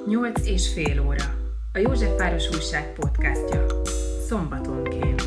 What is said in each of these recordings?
8,5 óra. A Józsefváros Újság podcastja. Szombatonként.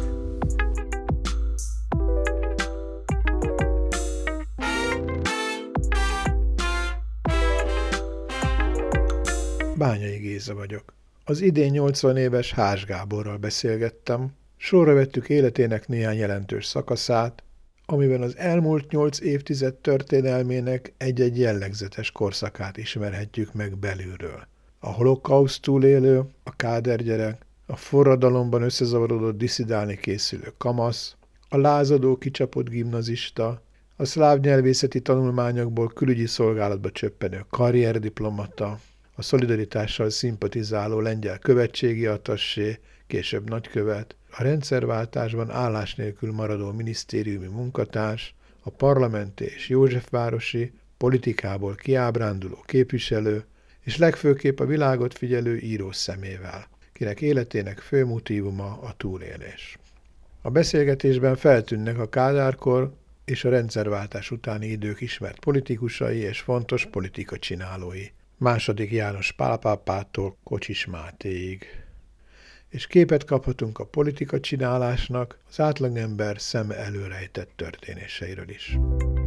Bányai Géza vagyok. Az idén 80 éves Hárs Gáborral beszélgettem, sorra vettük életének néhány jelentős szakaszát, amiben az elmúlt 8 évtized történelmének egy-egy jellegzetes korszakát ismerhetjük meg belülről. A holokauszt túlélő, a kádergyerek, a forradalomban összezavarodott disszidálni készülő kamasz, a lázadó kicsapott gimnazista, a szláv nyelvészeti tanulmányokból külügyi szolgálatba csöppenő karrierdiplomata, a szolidaritással szimpatizáló lengyel követségi atassé, később nagykövet, a rendszerváltásban állás nélkül maradó minisztériumi munkatárs, a parlamenti és józsefvárosi, politikából kiábránduló képviselő, és legfőképp a világot figyelő író szemével, kinek életének fő motívuma a túlélés. A beszélgetésben feltűnnek a Kádárkor és a rendszerváltás utáni idők ismert politikusai és fontos politikacsinálói, II. János Pál pápától Kocsis Mátéig. És képet kaphatunk a politikacsinálásnak, az átlagember szem előrejtett történéseiről is.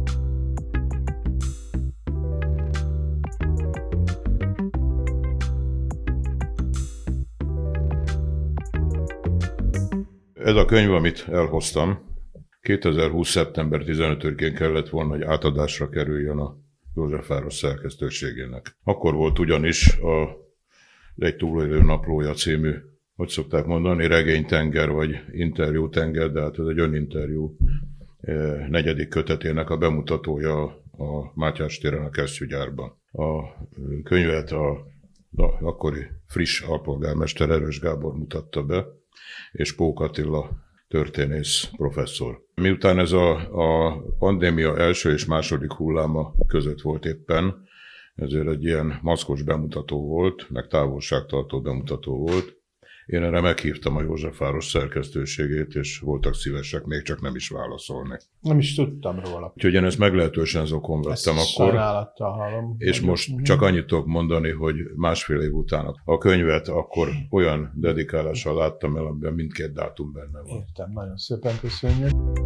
Ez a könyv, amit elhoztam, 2020. szeptember 15-én kellett volna, hogy átadásra kerüljön a Józsefváros szerkesztőségének. Akkor volt ugyanis Egy túlélő naplója című, hogy szokták mondani, regénytenger vagy interjútenger, de hát ez egy öninterjú 4. kötetének a bemutatója a Mátyás téren a kesztyűgyárban. A könyvet a akkori friss alpolgármester Erős Gábor mutatta be, és Pók Attila történész professzor. Miután ez a pandémia első és második hulláma között volt éppen, ezért egy ilyen maszkos bemutató volt, meg távolságtartó bemutató volt. Én erre meghívtam a Józsefváros szerkesztőségét, és voltak szívesek, még csak nem is válaszolni. Nem is tudtam róla. Úgyhogy én ezt meglehetősen zokon vettem ezt akkor. Sajnálattal hallom. És most csak annyit tudok mondani, hogy másfél év után a könyvet akkor olyan dedikálással láttam el, amiben mindkét dátum benne van. Értem, nagyon szépen köszönjük.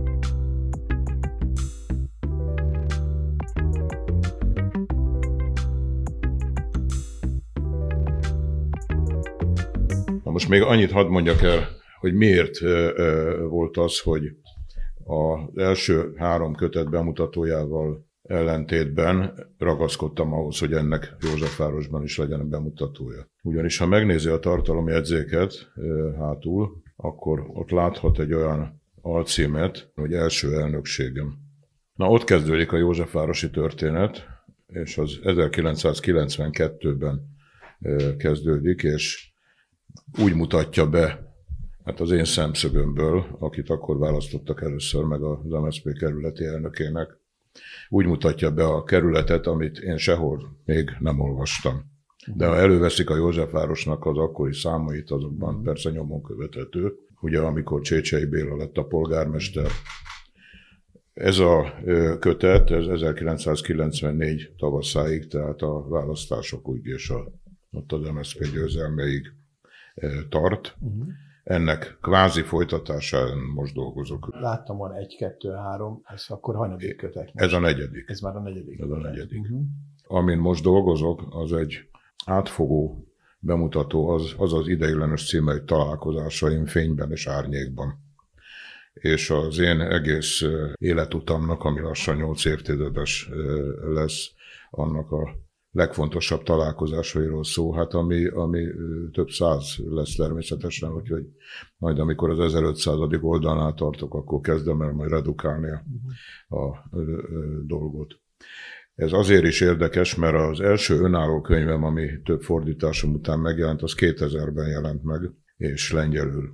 Most még annyit hadd mondjak el, hogy miért volt az, hogy az első 3 kötet bemutatójával ellentétben ragaszkodtam ahhoz, hogy ennek Józsefvárosban is legyen a bemutatója. Ugyanis ha megnézi a tartalomjegyzéket hátul, akkor ott láthat egy olyan alcímet, hogy első elnökségem. Na, ott kezdődik a józsefvárosi történet, és az 1992-ben kezdődik, és úgy mutatja be, hát az én szemszögömből, akit akkor választottak először meg az MSZP kerületi elnökének, úgy mutatja be a kerületet, amit én sehol még nem olvastam. De ha előveszik a Józsefvárosnak az akkori számait, azokban persze nyomon követhető. Ugye amikor Csécsei Béla lett a polgármester. Ez a kötet, ez 1994 tavaszáig, tehát a választásokig és ott az MSZP győzelmeig tart. Ennek kvázi folytatásán most dolgozok. Láttam, van 1, 2, 3, ez akkor hanyadik kötet? Ez a 4. Ez már a 4. Ez a 4. Amin most dolgozok, az egy átfogó bemutató, az ideiglenes címe, hogy Találkozásaim fényben és árnyékban. És az én egész életutamnak, ami lassan 8 évtizedes lesz, annak a legfontosabb találkozásairól szó, hát ami több száz lesz természetesen, úgyhogy majd amikor az 1500. oldalnál tartok, akkor kezdem el majd redukálni a dolgot. Ez azért is érdekes, mert az első önálló könyvem, ami több fordításom után megjelent, az 2000-ben jelent meg, és lengyelül.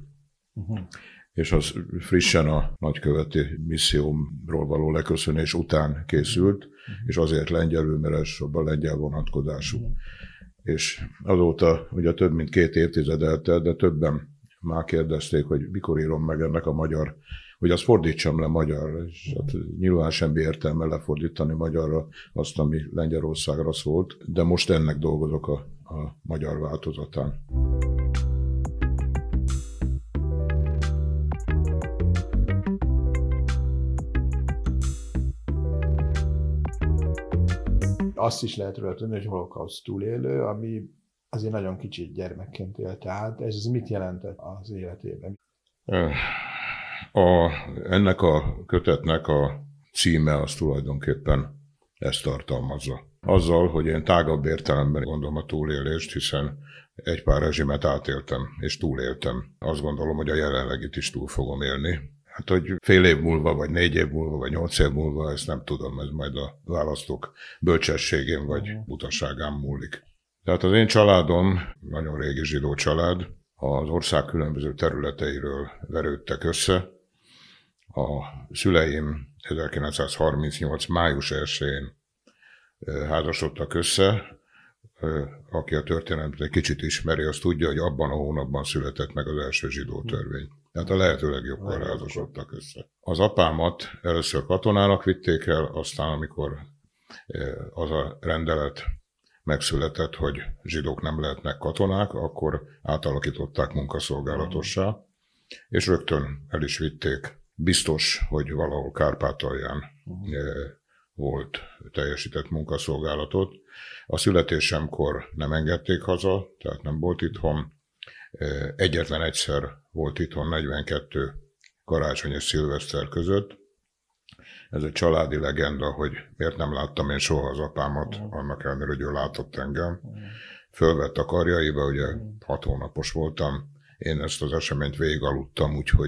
És az frissen a nagyköveti missziómról való leköszönés után készült, és azért lengyelül, mert elsősorban lengyel vonatkozású. És azóta ugye több mint 2 évtized eltelt, de többen már kérdezték, hogy mikor írom meg ennek a magyar, hogy azt fordítsam le magyarra, és hát nyilván semmi értelme lefordítani magyarra azt, ami Lengyelországra szólt, de most ennek dolgozok a magyar változatán. Azt is lehet róla tudni, hogy holokauszt túlélő, ami azért nagyon kicsit gyermekként élte át. Ez mit jelentett az életében? Ennek a kötetnek a címe az tulajdonképpen ezt tartalmazza. Azzal, hogy én tágabb értelemben gondolom a túlélést, hiszen egy pár rezsimet átéltem és túléltem. Azt gondolom, hogy a jelenlegit is túl fogom élni. Hát, hogy fél év múlva, vagy 4 év múlva, vagy 8 év múlva, ezt nem tudom, ez majd a választók bölcsességén vagy utasságán múlik. Tehát az én családom, nagyon régi zsidó család, az ország különböző területeiről verődtek össze. A szüleim 1938. május 1-én házasodtak össze. Aki a történetet egy kicsit ismeri, az tudja, hogy abban a hónapban született meg az első zsidó törvény. Tehát a lehető legjobbkor házasodtak össze. Az apámat először katonának vitték el, aztán amikor az a rendelet megszületett, hogy zsidók nem lehetnek katonák, akkor átalakították munkaszolgálatossá, és rögtön el is vitték. Biztos, hogy valahol Kárpátalján volt teljesített munkaszolgálatot. A születésemkor nem engedték haza, tehát nem volt itthon. Egyetlen egyszer volt itthon 42 karácsony és szilveszter között. Ez egy családi legenda, hogy miért nem láttam én soha az apámat, annak ellenére, hogy ő látott engem. Fölvett a karjaiba, ugye 6 hónapos voltam, én ezt az eseményt végigaludtam, úgyhogy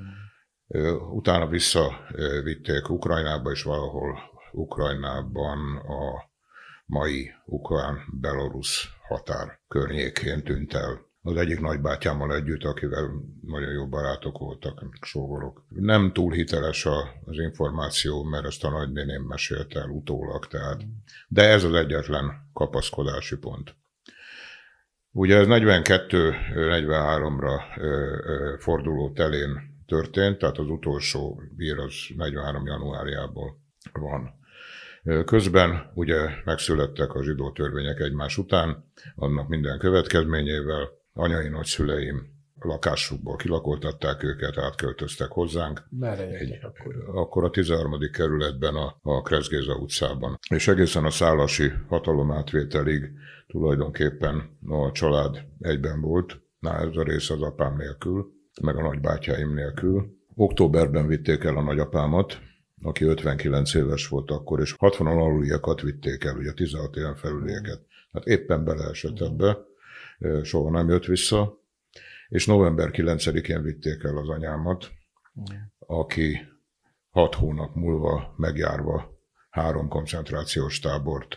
utána visszavitték Ukrajnába, és valahol Ukrajnában a mai ukrán-belorusz határ környékén tűnt el. Az egyik nagybátyámmal együtt, akivel nagyon jó barátok voltak, sógorok. Nem túl hiteles az információ, mert ezt a nagynéném mesélte el utólag, tehát. De ez az egyetlen kapaszkodási pont. Ugye ez 42-43-ra forduló telén történt, tehát az utolsó hír az 43. januárjából van. Közben ugye megszülettek a zsidó törvények egymás után, annak minden következményével. Anyai nagyszüleim lakásukból kilakoltatták őket, átköltöztek hozzánk. Merre jöttek akkor? Akkor a 13. kerületben, a Kressz Géza utcában. És egészen a szálasi hatalomátvételig tulajdonképpen a család egyben volt. Ez a rész az apám nélkül, meg a nagybátyáim nélkül. Októberben vitték el a nagyapámat, aki 59 éves volt akkor, és 60 aluliakat vitték el, ugye 16 éven felülieket. Hát éppen beleesett ebbe, soha nem jött vissza, és november 9-én vitték el az anyámat, aki 6 hónap múlva megjárva 3 koncentrációs tábort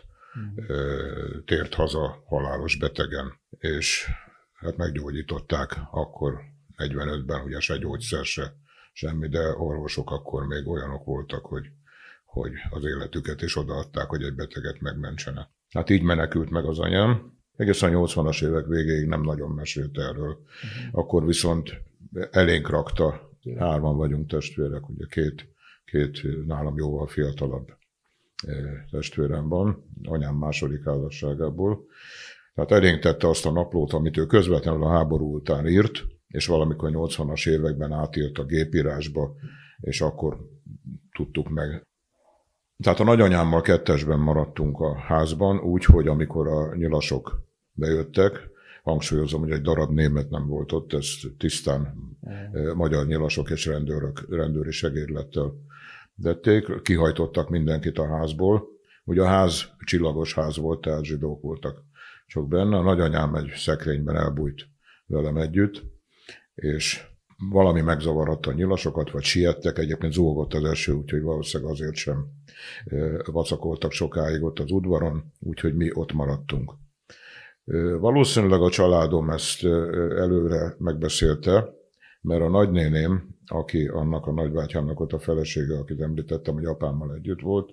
tért haza halálos betegen, és hát meggyógyították akkor 45-ben, ugye se gyógyszer, se semmi, de orvosok akkor még olyanok voltak, hogy az életüket is odaadták, hogy egy beteget megmentsenek. Hát így menekült meg az anyám. Egészen 80-as évek végéig nem nagyon mesélt erről. Akkor viszont elénk rakta, 3 vagyunk testvérek, ugye két nálam jóval fiatalabb testvérem van, anyám második házasságából. Tehát elénk tette azt a naplót, amit ő közvetlenül a háború után írt, és valamikor 80-as években átírt a gépírásba, és akkor tudtuk meg. Tehát a nagyanyámmal 2-esben maradtunk a házban, úgy, hogy amikor a nyilasok bejöttek, hangsúlyozom, hogy egy darab német nem volt ott, ez tisztán magyar nyilasok és rendőri segédlettel tették, kihajtottak mindenkit a házból. Ugye a ház csillagos ház volt, tehát zsidók voltak csak benne. A nagyanyám egy szekrényben elbújt velem együtt, és valami megzavarodta a nyilasokat, vagy siettek, egyébként zúgott az eső, úgyhogy valószínűleg azért sem vacakoltak sokáig ott az udvaron, úgyhogy mi ott maradtunk. Valószínűleg a családom ezt előre megbeszélte, mert a nagynéném, aki annak a nagybátyámnak ott a felesége, akit említettem, hogy apámmal együtt volt,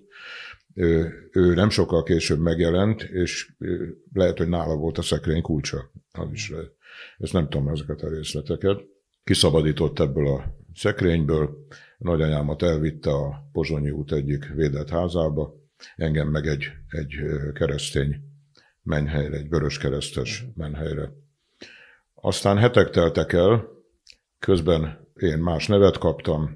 ő nem sokkal később megjelent, és lehet, hogy nála volt a szekrény kulcsa. Az is lehet. Ezt nem tudom ezeket a részleteket. Kiszabadított ebből a szekrényből, nagyanyámat elvitte a Pozsonyi út egyik védett házába, engem meg egy keresztény mennyhelyre, egy vöröskeresztes mennyhelyre. Aztán hetek teltek el, közben én más nevet kaptam.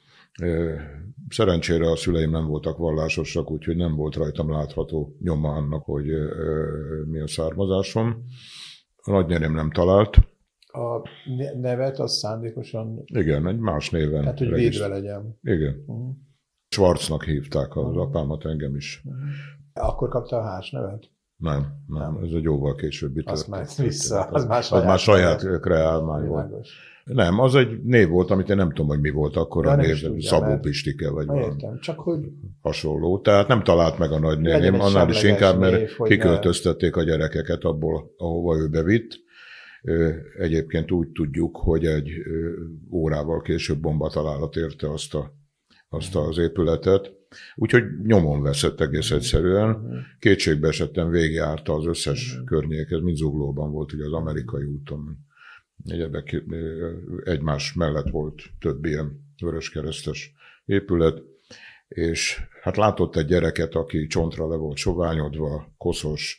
Szerencsére a szüleim nem voltak vallásosak, úgyhogy nem volt rajtam látható nyoma annak, hogy mi a származásom. A nagynéném nem talált. A nevet az szándékosan... Igen, egy más néven. Hát, hogy védve legyen. Igen. Schwarznak hívták az apámat, engem is. Akkor kapta a Hárs nevet? Nem, ez egy jóval későbbi történet. Azt már vissza, az már saját kreálmány volt. Nem, az egy név volt, amit én nem tudom, hogy mi volt akkor a név, Szabó Pistike, vagy valami csak hogy hasonló. Tehát nem talált meg a nagynéném, annál is inkább, mert kiköltöztették a gyerekeket abból, ahova ő bevitt. Egyébként úgy tudjuk, hogy egy órával később bombatalálat érte azt az épületet. Úgyhogy nyomon veszett egész egyszerűen. Kétségbe esettem, végigjárta az összes környéket, mind Zuglóban volt, ugye az Amerikai úton. Egyebek egymás mellett volt több ilyen vöröskeresztes épület, és hát látott egy gyereket, aki csontra le volt soványodva, koszos,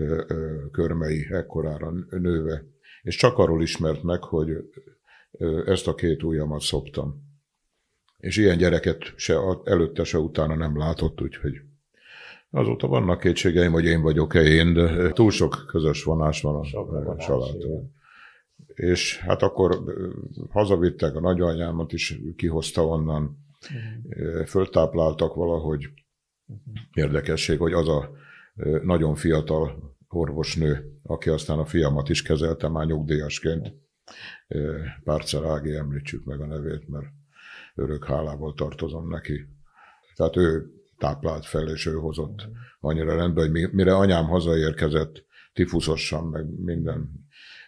körmei ekkorára nőve, és csak arról ismert meg, hogy ezt a két ujjamat szoptam. És ilyen gyereket se előtte, se utána nem látott, úgyhogy azóta vannak kétségeim, hogy én vagyok-e én, de túl sok közös vonás van a családban. És hát akkor hazavittek, a nagyanyámat is kihozta onnan, föltápláltak valahogy. Érdekesség, hogy az a nagyon fiatal orvosnő, aki aztán a fiamat is kezelte már nyugdíjasként, Párcer Ági, említsük meg a nevét, mert örök hálával tartozom neki. Tehát ő táplált fel, és ő hozott annyira rendbe, hogy mire anyám hazaérkezett, tifuszosan, meg minden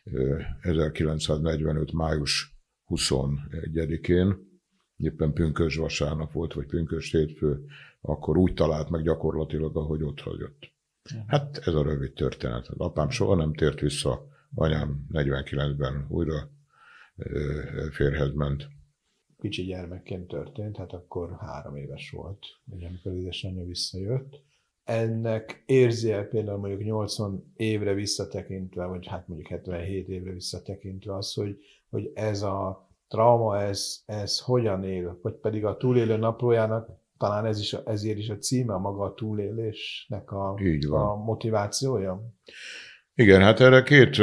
1945. május 21-én, éppen pünkösd vasárnap volt, vagy pünkösd hétfő, akkor úgy talált meg gyakorlatilag, ahogy ott hagyott. Hát ez a rövid történet. Az apám soha nem tért vissza, anyám 49-ben újra férjhez ment. Kicsi gyermekként történt, hát akkor 3 éves volt, amikor édesanyja visszajött. Ennek érzi-e például mondjuk 80 évre visszatekintve, vagy hát mondjuk 77 évre visszatekintve az, hogy ez a trauma, ez hogyan él, vagy pedig a túlélő naplójának talán ezért is a címe, maga a túlélésnek a motivációja? Igen, hát erre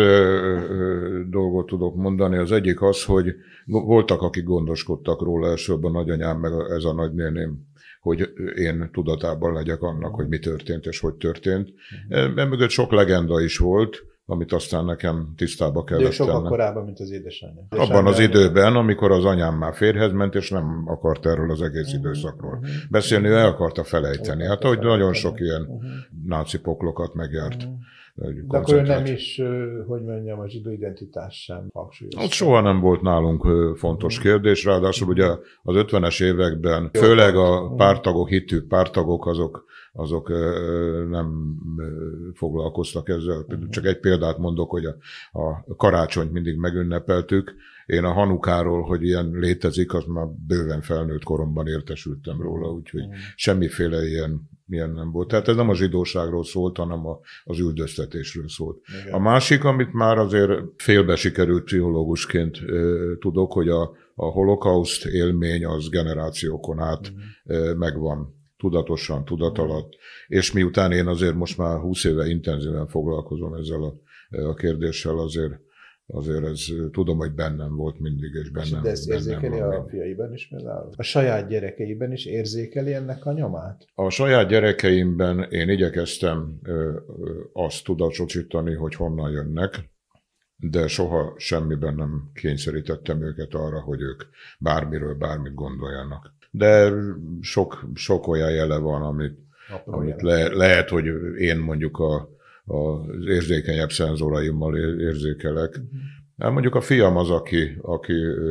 2 dolgot tudok mondani. Az egyik az, hogy voltak, akik gondoskodtak róla, elsősorban nagyanyám, meg ez a nagynéném, hogy én tudatában legyek annak, hogy mi történt és hogy történt. Emögött sok legenda is volt, amit aztán nekem tisztába kellett tenni. Sokkal korábban, mint az édesanyja. Abban az időben, amikor az anyám már férjhez ment, és nem akart erről az egész időszakról beszélni, ő el akarta felejteni. Hát ahogy nagyon sok ilyen náci poklokat megjárt. De akkor nem is, hogy mondjam, a zsidó identitás sem hangsúlyozta. Az soha nem volt nálunk fontos kérdés, ráadásul ugye az 50-es években, főleg a párttagok, hitű párttagok, azok nem foglalkoztak ezzel. Csak egy példát mondok, hogy a karácsonyt mindig megünnepeltük. Én a Hanukáról, hogy ilyen létezik, az már bőven felnőtt koromban értesültem róla, úgyhogy semmiféle ilyen nem volt. Tehát ez nem a zsidóságról szólt, hanem az üldöztetésről szólt. Igen. A másik, amit már azért félbe sikerült pszichológusként tudok, hogy a holokauszt élmény az generációkon át megvan. Tudatosan, tudatalatt. És miután én azért most már 20 éve intenzíven foglalkozom ezzel a kérdéssel, azért ez tudom, hogy bennem volt mindig, és bennem. De ezt érzékeli a fiaiban is például? A saját gyerekeiben is érzékeli ennek a nyomát? A saját gyerekeimben én igyekeztem azt tudatosítani, hogy honnan jönnek, de soha semmiben nem kényszerítettem őket arra, hogy ők bármiről bármit gondoljanak. De sok olyan jele van, amit lehet, hogy én mondjuk az érzékenyebb szenzoraimmal érzékelek. Hát mondjuk a fiam az, aki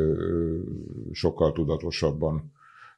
sokkal tudatosabban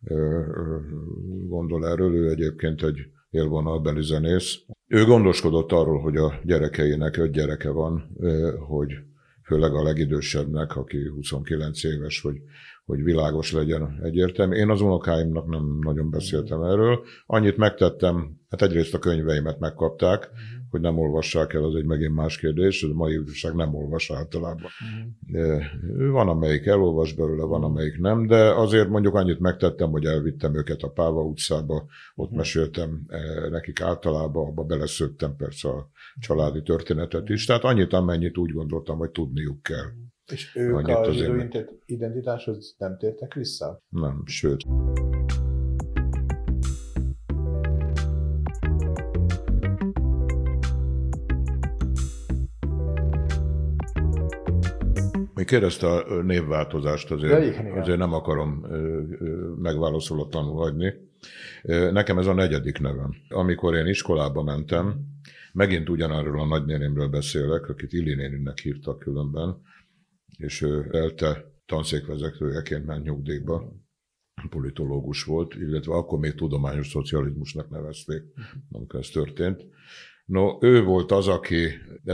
gondol erről, ő egyébként egy élvonalbeli zenész. Ő gondoskodott arról, hogy a gyerekeinek 5 gyereke van, hogy főleg a legidősebbnek, aki 29 éves, hogy világos legyen egyértelmű. Én az unokáimnak nem nagyon beszéltem erről. Annyit megtettem, hát egyrészt a könyveimet megkapták, hogy nem olvassák el, az egy megint más kérdés, a mai újság nem olvas általában. Van, amelyik elolvas belőle, van, amelyik nem, de azért mondjuk annyit megtettem, hogy elvittem őket a Páva utcába, ott meséltem nekik általában, abba beleszőttem persze a családi történetet is, tehát annyit, amennyit úgy gondoltam, hogy tudniuk kell. És ők a zsidó identitáshoz nem tértek vissza? Nem, sőt. Még kérdezte a névváltozást, azért nem akarom megválaszolatlanul hagyni. Nekem ez a 4. nevem. Amikor én iskolába mentem, megint ugyanarról a nagynénémről beszélek, akit Illi néninek hívtak különben, és ő ELTE tanszékvezetőjeként ment nyugdíjba, politológus volt, illetve akkor még tudományos szocializmusnak nevezték, amikor ez történt. No, ő volt az, aki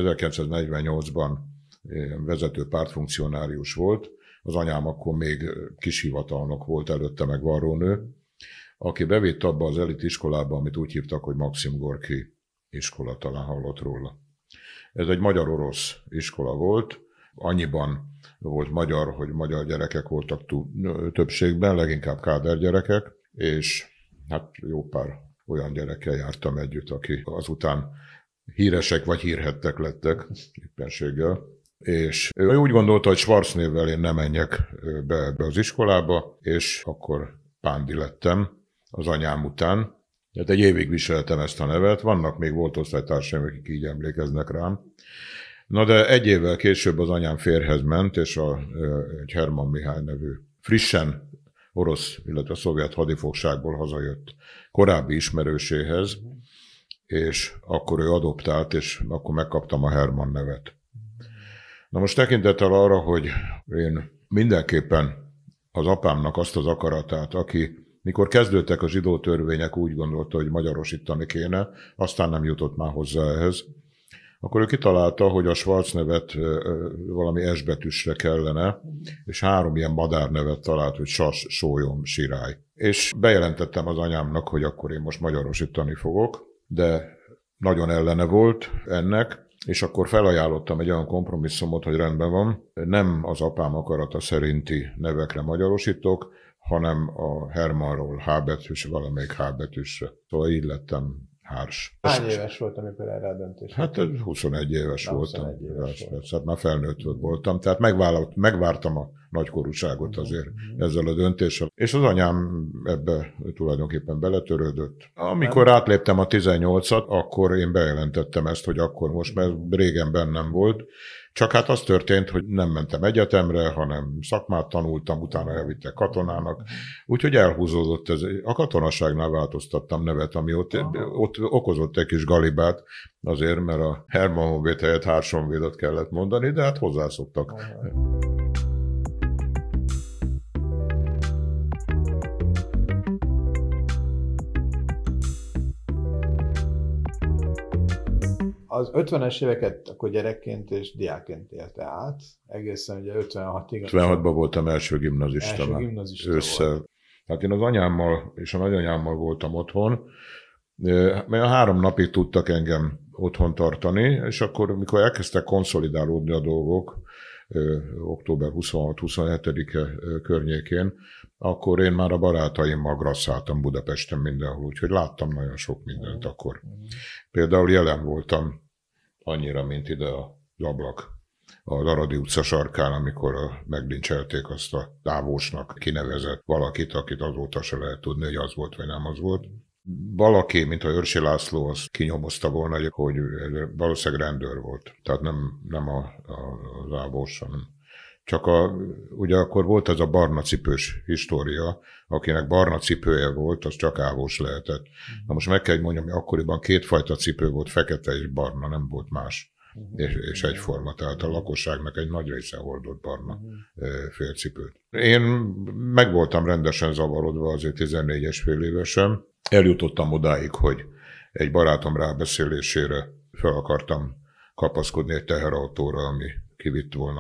1948-ban vezető pártfunkcionárius volt, az anyám akkor még kishivatalnok volt, előtte meg varrónő, aki bevitt abba az elit iskolába, amit úgy hívtak, hogy Maxim Gorki iskola, talán hallott róla. Ez egy magyar-orosz iskola volt, annyiban volt magyar, hogy magyar gyerekek voltak többségben, leginkább káder gyerekek, és hát jó pár olyan gyerekkel jártam együtt, aki azután híresek vagy hírhettek lettek éppenséggel. És ő úgy gondolta, hogy Schwarz névvel én nem menjek be az iskolába, és akkor Pándi lettem az anyám után. Tehát egy évig viseltem ezt a nevet, vannak még volt osztálytársaim, akik így emlékeznek rám. Na de egy évvel később az anyám férjhez ment, és egy Hermann Mihály nevű frissen orosz, illetve szovjet hadifogságból hazajött korábbi ismerőséhez, és akkor ő adoptált, és akkor megkaptam a Hermann nevet. Na most tekintettel arra, hogy én mindenképpen az apámnak azt az akaratát, aki mikor kezdődtek a zsidó törvények, úgy gondolta, hogy magyarosítani kéne, aztán nem jutott már hozzá ehhez, akkor ő kitalálta, hogy a Schwarz nevet valami S betűsre kellene, és 3 ilyen madárnevet talált, hogy Sas, Sólyom, Sirály. És bejelentettem az anyámnak, hogy akkor én most magyarosítani fogok, de nagyon ellene volt ennek, és akkor felajánlottam egy olyan kompromisszumot, hogy rendben van, nem az apám akarata szerinti nevekre magyarosítok, hanem a Hermannról H betűs, valamelyik H betűsre. Szóval így lettem Hárs. Hány éves volt, amikor erre a döntés? Hát 21 éves voltam. 21 éves volt. Hát már felnőtt voltam, tehát megvártam a nagykorúságot azért ezzel a döntéssel. És az anyám ebbe tulajdonképpen beletörődött. Amikor átléptem a 18-at, akkor én bejelentettem ezt, hogy akkor most, mert régen bennem volt. Csak hát az történt, hogy nem mentem egyetemre, hanem szakmát tanultam, utána elvittek katonának. Úgyhogy elhúzódott ez. A katonaságnál változtattam nevet, ami ott okozott egy kis galibát, azért, mert a Hermann Honvéd helyett Hárs-Honvédot kellett mondani, de hát hozzászoktak. Az 50-es éveket akkor gyerekként és diákként élte át, egészen ugye 56-ig. 56-ban voltam első gimnazista. Ősszel. Hát én az anyámmal és a nagyanyámmal voltam otthon, mert 3 napig tudtak engem otthon tartani, és akkor, mikor elkezdtek konszolidálódni a dolgok, október 26-27-e környékén, akkor én már a barátaimmal grasszáltam Budapesten mindenhol, úgyhogy láttam nagyon sok mindent akkor. Például jelen voltam annyira, mint ide az ablak az Aradi utca sarkán, amikor meglincselték azt a távósnak kinevezett valakit, akit azóta se lehet tudni, hogy az volt, vagy nem az volt. Valaki, mint a Őrsi László, az kinyomozta volna, hogy valószínűleg rendőr volt. Tehát nem az ávós, hanem csak ugye akkor volt ez a barna cipős história, akinek barna cipője volt, az csak ávós lehetett. Na most meg kell, hogy mondjam, hogy akkoriban 2 fajta cipő volt, fekete és barna, nem volt más. És egyforma, tehát a lakosságnak egy nagy része hordott barna félcipőt. Én meg voltam rendesen zavarodva azért 14,5 évesen. Eljutottam odáig, hogy egy barátom rábeszélésére fel akartam kapaszkodni egy teherautóra, ami kivitt volna a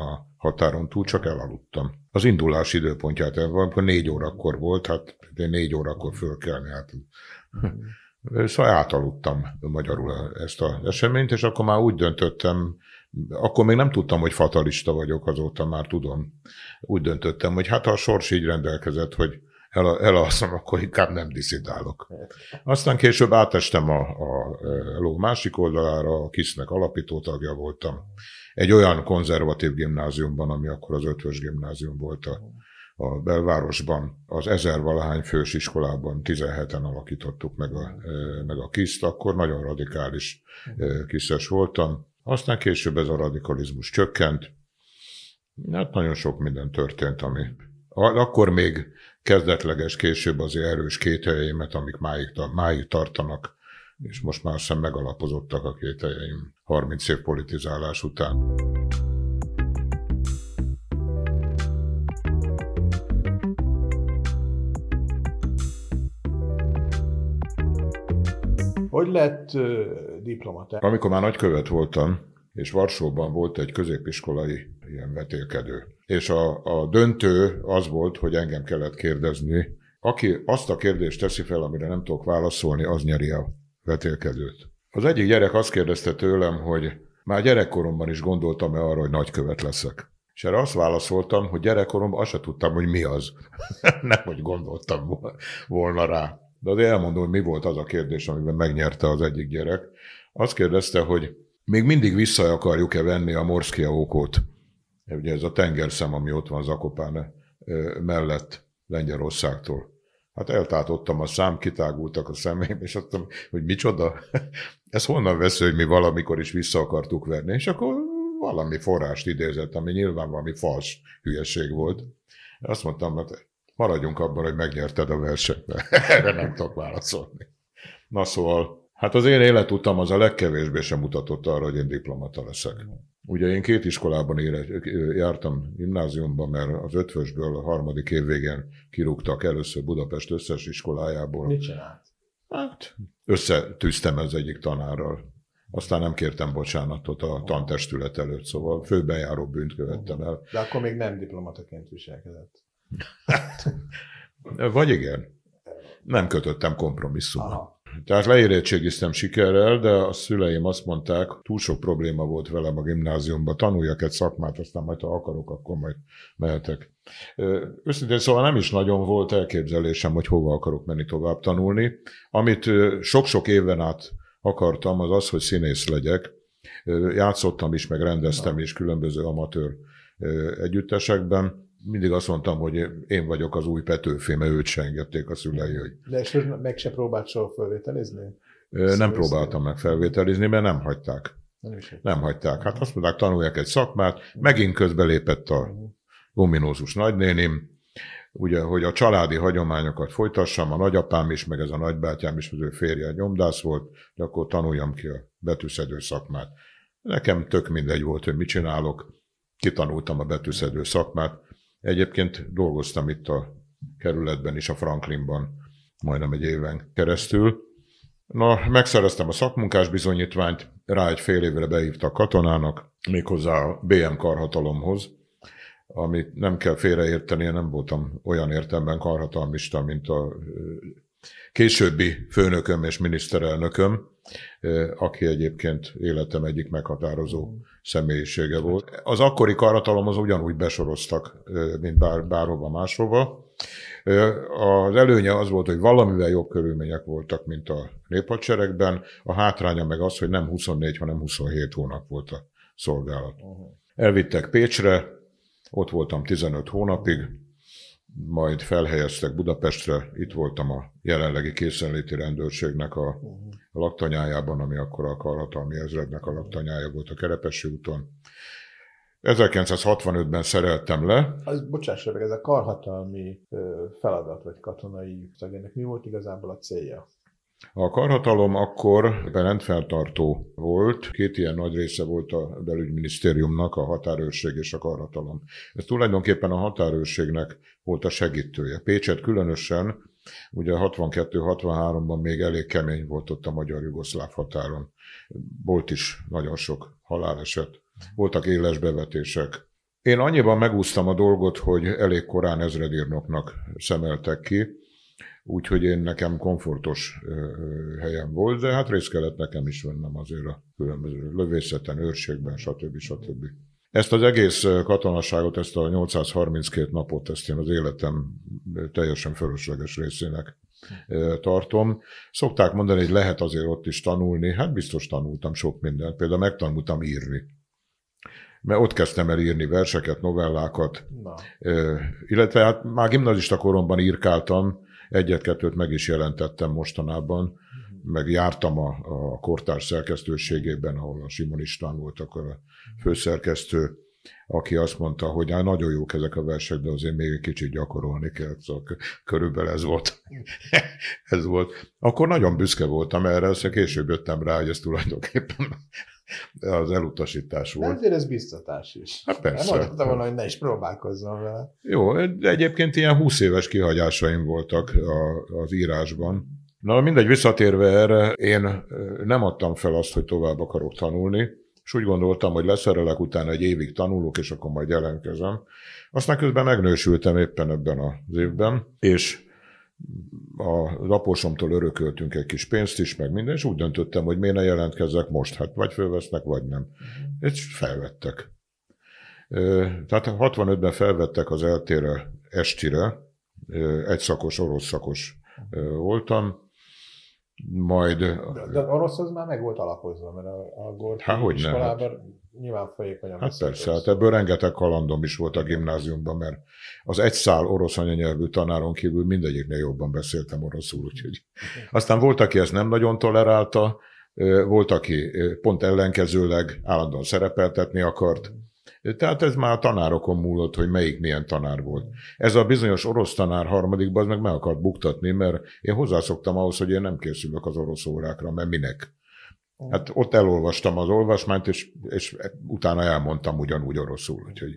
határon túl, csak elaludtam. Az indulás időpontját, amikor 4 órakor volt, hát 4 órakor fölkelni, hát szóval átaludtam magyarul ezt az eseményt, és akkor már úgy döntöttem, akkor még nem tudtam, hogy fatalista vagyok, azóta már tudom. Úgy döntöttem, hogy hát ha a sors így rendelkezett, hogy elalszom, akkor inkább nem diszidálok. Aztán később átestem a ló másik oldalára, a KISZ-nek alapító tagja voltam. Egy olyan konzervatív gimnáziumban, ami akkor az Ötvös gimnázium volt a belvárosban, az 1000-valahány fős iskolában 17-en alakítottuk meg a KISZ-t, akkor nagyon radikális kiszes voltam. Aztán később ez a radikalizmus csökkent. Hát nagyon sok minden történt, ami akkor még kezdetleges, később azért erős kételjeimet, amik máig tartanak, és most már sem megalapozottak a kételjeim 30 év politizálás után. Hogy lett diplomata? Amikor már nagykövet voltam, és Varsóban volt egy középiskolai ilyen vetélkedő. És a döntő az volt, hogy engem kellett kérdezni. Aki azt a kérdést teszi fel, amire nem tudok válaszolni, az nyeri a vetélkedőt. Az egyik gyerek azt kérdezte tőlem, hogy már gyerekkoromban is gondoltam-e arra, hogy nagykövet leszek. És erre azt válaszoltam, hogy gyerekkoromban azt se tudtam, hogy mi az. Nem, hogy gondoltam volna rá. De azért elmondom, hogy mi volt az a kérdés, amiben megnyerte az egyik gyerek. Azt kérdezte, hogy még mindig vissza akarjuk-e venni a Morszkia okót. Ugye ez a tengerszem, ami ott van Zakopane mellett Lengyelországtól. Hát eltátottam a szám, kitágultak a szemeim, és azt mondtam, hogy micsoda? Ez honnan vesző, hogy mi valamikor is vissza akartuk venni? És akkor valami forrást idézett, ami nyilván valami fals hülyeség volt. Azt mondtam, hát maradjunk abban, hogy megnyerted a versenyt. Erre nem tudok válaszolni. Na szóval, hát az én életutam az a legkevésbé sem mutatott arra, hogy én diplomata leszek. Ugye én 2 iskolában jártam gimnáziumban, mert az Ötvösből a 3. év végén kirúgtak először Budapest összes iskolájából. Mit csinált? Hát összetűztem az egyik tanárral. Aztán nem kértem bocsánatot a tantestület előtt, szóval főbenjáró bűnt követtem el. De akkor még nem diplomataként viselkedett. Vagy igen. Nem kötöttem kompromisszumot. Aha. Tehát leérettségiztem sikerrel, de a szüleim azt mondták, túl sok probléma volt velem a gimnáziumban, tanuljak egy szakmát, aztán majd ha akarok, akkor majd mehetek. Őszintén szóval nem is nagyon volt elképzelésem, hogy hova akarok menni tovább tanulni. Amit sok-sok éven át akartam, az az, hogy színész legyek. Játszottam is, meg rendeztem is különböző amatőr együttesekben. Mindig azt mondtam, hogy én vagyok az új Petőfi, mert őt se engedték a szülei. Hogy... De és meg se próbált soha felvételizni? Nem próbáltam meg felvételizni, mert nem hagyták. Nem hagyták. Hát azt mondták, tanuljak egy szakmát. Megint közbelépett a ominózus nagynénim, ugye, hogy a családi hagyományokat folytassam, a nagyapám is, meg ez a nagybátyám is, az ő férje nyomdász volt, de akkor tanuljam ki a betűszedő szakmát. Nekem tök mindegy volt, hogy mit csinálok. Kitanultam a betűszedő szakmát. Egyébként dolgoztam itt a kerületben is, a Franklinban majdnem egy éven keresztül. Na, megszereztem a szakmunkás bizonyítványt, rá egy fél évre behívtak katonának, méghozzá a BM karhatalomhoz, amit nem kell félreérteni, én nem voltam olyan értelemben karhatalmista, mint a későbbi főnököm és miniszterelnököm, aki egyébként életem egyik meghatározó személyisége volt. Az akkori karhatalomhoz ugyanúgy besoroztak, mint bárhova máshova. Az előnye az volt, hogy valamivel jobb körülmények voltak, mint a néphadseregben, a hátránya meg az, hogy nem 24, hanem 27 hónap volt a szolgálat. Elvittek Pécsre, ott voltam 15 hónapig, majd felhelyeztek Budapestre, itt voltam a jelenlegi készenléti rendőrségnek a laktanyájában, ami akkor a karhatalmi ezrednek a laktanyája volt a Kerepesi úton. 1965-ben szereltem le. Bocsáss meg, ez a karhatalmi feladat, vagy katonai ennek mi volt igazából a célja? A karhatalom akkor rendfenntartó volt, 2 ilyen nagy része volt a belügyminisztériumnak, a határőrség és a karhatalom. Ez tulajdonképpen a határőrségnek volt a segítője. Pécset különösen, ugye 62-63-ban még elég kemény volt ott a magyar-jugoszláv határon. Volt is nagyon sok haláleset, voltak éles bevetések, Én annyiban megúsztam a dolgot, hogy elég korán ezredírnoknak szemeltek ki, úgyhogy nekem komfortos helyem volt, de hát részt kellett nekem is vennem azért a különböző lövészeten, őrségben, stb. Ezt az egész katonaságot, ezt a 832 napot, ezt én az életem teljesen fölösleges részének tartom. Szokták mondani, hogy lehet azért ott is tanulni. Hát biztos tanultam sok mindent. Például megtanultam írni. Mert ott kezdtem el írni verseket, novellákat, illetve hát már gimnazista koromban írkáltam, egyet-kettőt meg is jelentettem mostanában, meg jártam a kortárs szerkesztőségében, ahol a Simon István volt akkor a főszerkesztő, aki azt mondta, hogy nagyon jók ezek a versek, de azért még egy kicsit gyakorolni kell, szóval körülbelül ez volt. Ez volt. Akkor nagyon büszke voltam erre, aztán később jöttem rá, hogy ez tulajdonképpen az elutasítás volt. De azért ez biztatás is. Hát persze. Mondtam volna, hogy ne is próbálkozzam vele. Jó, de egyébként ilyen 20 éves kihagyásaim voltak az írásban. Na mindegy, visszatérve erre, én nem adtam fel azt, hogy tovább akarok tanulni, és úgy gondoltam, hogy leszerelek, utána egy évig tanulok, és akkor majd jelentkezem. Aztán közben megnősültem éppen ebben az évben, és az apósomtól örököltünk egy kis pénzt is, meg minden, és úgy döntöttem, hogy miért ne jelentkezzek most, hát vagy fölvesznek, vagy nem. És felvettek. Tehát 65-ben felvettek az eltére estire, egyszakos, orosz szakos voltam, majd... De orosz az már meg volt alapozva, mert a Gorki iskolában nyilván folyékonyan. Hát persze, hát ebből rengeteg kalandom is volt a gimnáziumban, mert az egy szál orosz anyanyelvű tanáron kívül mindegyiknél jobban beszéltem oroszul, úgyhogy. Aztán volt, aki ezt nem nagyon tolerálta, volt, aki pont ellenkezőleg állandóan szerepeltetni akart. Tehát ez már a tanárokon múlott, hogy melyik milyen tanár volt. Ez a bizonyos orosz tanár harmadikban, az meg akart buktatni, mert én hozzászoktam ahhoz, hogy én nem készülök az orosz órákra, mert minek. Hát ott elolvastam az olvasmányt, és utána elmondtam ugyanúgy oroszul. Úgyhogy,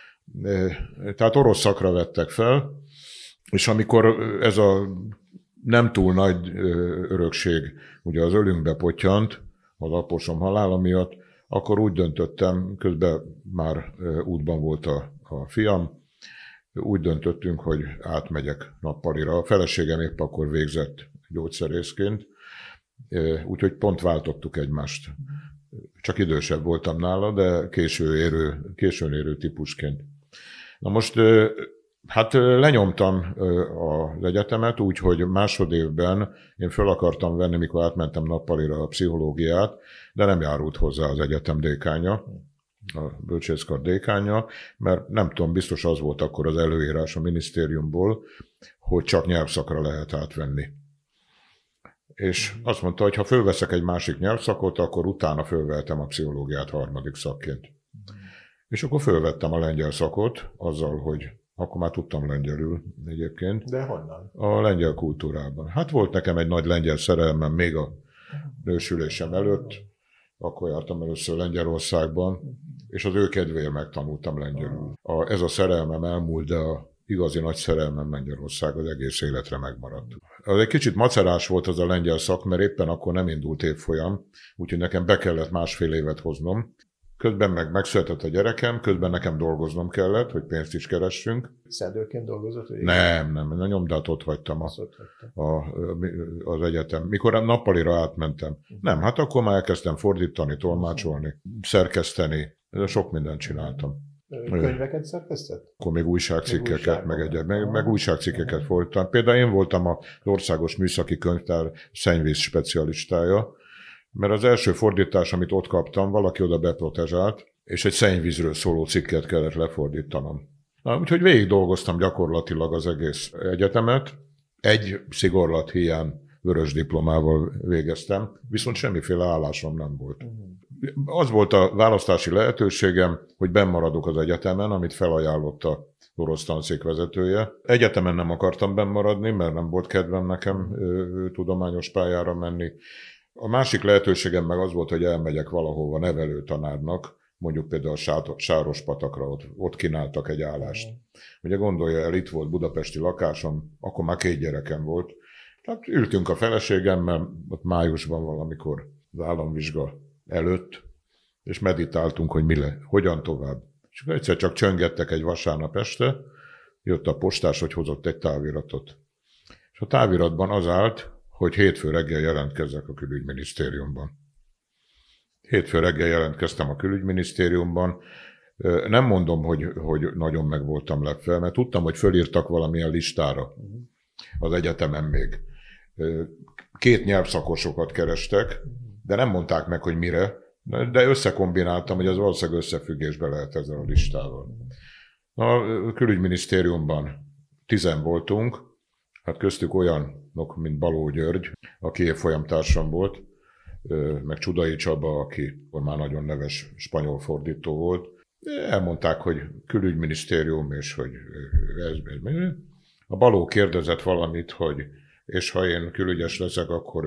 tehát orosz szakra vettek fel, és amikor ez a nem túl nagy örökség ugye az ölünkbe pottyant, az apósom halála miatt, akkor úgy döntöttem, közben már útban volt a fiam, úgy döntöttünk, hogy átmegyek nappalira. A feleségem épp akkor végzett gyógyszerészként, úgyhogy pont váltottuk egymást. Csak idősebb voltam nála, de későn érő típusként. Na most, hát lenyomtam az egyetemet úgy, hogy másodévben én föl akartam venni, mikor átmentem nappalira a pszichológiát, de nem járult hozzá az egyetem dékánja, a bölcsészkar dékánja, mert nem tudom, biztos az volt akkor az előírás a minisztériumból, hogy csak nyelvszakra lehet átvenni. És azt mondta, hogy ha fölveszek egy másik nyelvszakot, akkor utána fölvettem a pszichológiát harmadik szakként. És akkor fölvettem a lengyel szakot, azzal, hogy akkor már tudtam lengyelül egyébként. De honnan? A lengyel kultúrában. Hát volt nekem egy nagy lengyel szerelmem még a nősülésem előtt, akkor jártam először Lengyelországban, és az ő kedvéért megtanultam lengyelül. Ez a szerelmem elmúlt, de a igazi nagy szerelmem Lengyelország az egész életre megmaradt. Az egy kicsit macerás volt az a lengyel szak, mert éppen akkor nem indult évfolyam, úgyhogy nekem be kellett másfél évet hoznom. Közben megszületett a gyerekem, közben nekem dolgoznom kellett, hogy pénzt is keressünk. Szedőként dolgozott? Nem, a nyomdát ott hagytam az egyetem. Mikor nappalira átmentem. Nem, hát akkor már elkezdtem fordítani, tolmácsolni, szerkeszteni, sok mindent csináltam. Könyveket szerkesztett? Akkor még újságcikkeket, meg újságcikkeket fordítottam. Például én voltam az Országos Műszaki Könyvtár szennyvíz specialistája, mert az első fordítás, amit ott kaptam, valaki oda beprotezsált, és egy szennyvízről szóló cikket kellett lefordítanom. Na, úgyhogy végig dolgoztam gyakorlatilag az egész egyetemet. Egy szigorlat hiány vörös diplomával végeztem, viszont semmiféle állásom nem volt. Az volt a választási lehetőségem, hogy bennmaradok az egyetemen, amit felajánlott az orosz tanszék vezetője. Egyetemen nem akartam bennmaradni, mert nem volt kedvem nekem tudományos pályára menni. A másik lehetőségem meg az volt, hogy elmegyek valahova nevelőtanárnak, mondjuk például a Sárospatakra, ott kínáltak egy állást. Ugye gondolja el, itt volt budapesti lakásom, akkor már 2 gyerekem volt. Tehát ültünk a feleségemmel, ott májusban valamikor az államvizsga előtt, és meditáltunk, hogy hogyan tovább. És akkor egyszer csak csöngettek egy vasárnap este, jött a postás, hogy hozott egy táviratot. És a táviratban az állt, hogy hétfő reggel jelentkezzek a külügyminisztériumban. Hétfő reggel jelentkeztem a külügyminisztériumban. Nem mondom, hogy nagyon meg voltam lepve, mert tudtam, hogy fölírtak valamilyen listára az egyetemen még. 2 nyelvszakosokat kerestek, de nem mondták meg, hogy mire, de összekombináltam, hogy az valószínűleg összefüggésbe lehet ezzel a listával. A külügyminisztériumban 10 voltunk, hát köztük olyanok, mint Baló György, aki évfolyamtársam volt, meg Csudai Csaba, aki már nagyon neves spanyol fordító volt. Elmondták, hogy külügyminisztérium, és hogy ez. A Baló kérdezett valamit, hogy és ha én külügyes leszek, akkor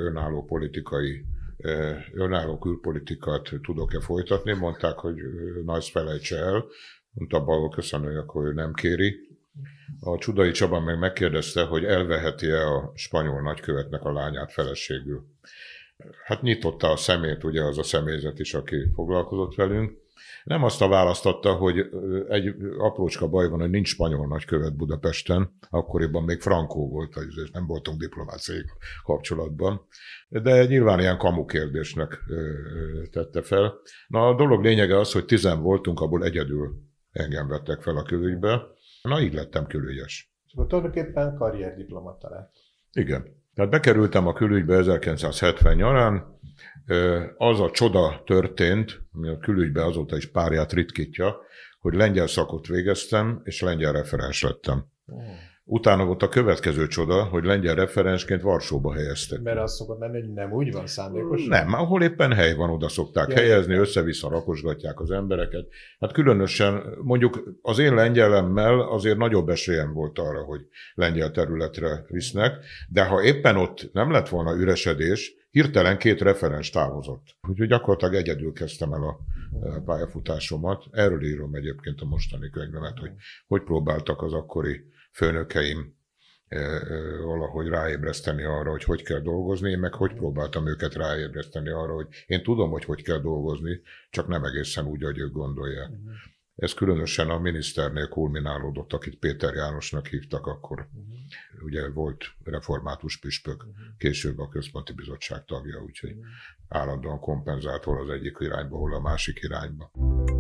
önálló külpolitikát tudok-e folytatni. Mondták, hogy na, ezt felejtse el. Mondta Baló, köszönöm, akkor ő nem kéri. A Csudai Csaba meg megkérdezte, hogy elveheti-e a spanyol nagykövetnek a lányát feleségül. Hát nyitotta a szemét, ugye az a személyzet is, aki foglalkozott velünk. Nem azt a választ adta, hogy egy aprócska baj van, hogy nincs spanyol nagykövet Budapesten, akkoriban még Frankó volt, és nem voltunk diplomáciai kapcsolatban, de nyilván ilyen kamu kérdésnek tette fel. Na, a dolog lényege az, hogy 10 voltunk, abból egyedül engem vettek fel a külügybe. Na, így lettem külügyes. Szóval tulajdonképpen karrierdiplomata lett. Igen. Tehát bekerültem a külügybe 1970 nyarán, az a csoda történt, ami a külügybe azóta is párját ritkítja, hogy lengyel szakot végeztem, és lengyel referens lettem. Utána volt a következő csoda, hogy lengyel referensként Varsóba helyeztek. Mert az szokott lenni, hogy nem úgy van szándékosan? Nem, ahol éppen hely van, oda szokták helyezni, össze-vissza rakosgatják az embereket. Hát különösen, mondjuk az én lengyelemmel azért nagyobb esélyem volt arra, hogy lengyel területre visznek, de ha éppen ott nem lett volna üresedés, hirtelen 2 referens távozott. Úgyhogy gyakorlatilag egyedül kezdtem el a pályafutásomat. Erről írom egyébként a mostani könyvemet, hogy próbáltak az akkori főnökeim valahogy ráébreszteni arra, hogy kell dolgozni, én meg hogy próbáltam őket ráébreszteni arra, hogy én tudom, hogy kell dolgozni, csak nem egészen úgy, ahogy ők gondolják. Ez különösen a miniszternél kulminálódott, akit Péter Jánosnak hívtak akkor. Ugye volt református püspök, később a Központi Bizottság tagja, úgyhogy állandóan kompenzált hol az egyik irányba, hol a másik irányba.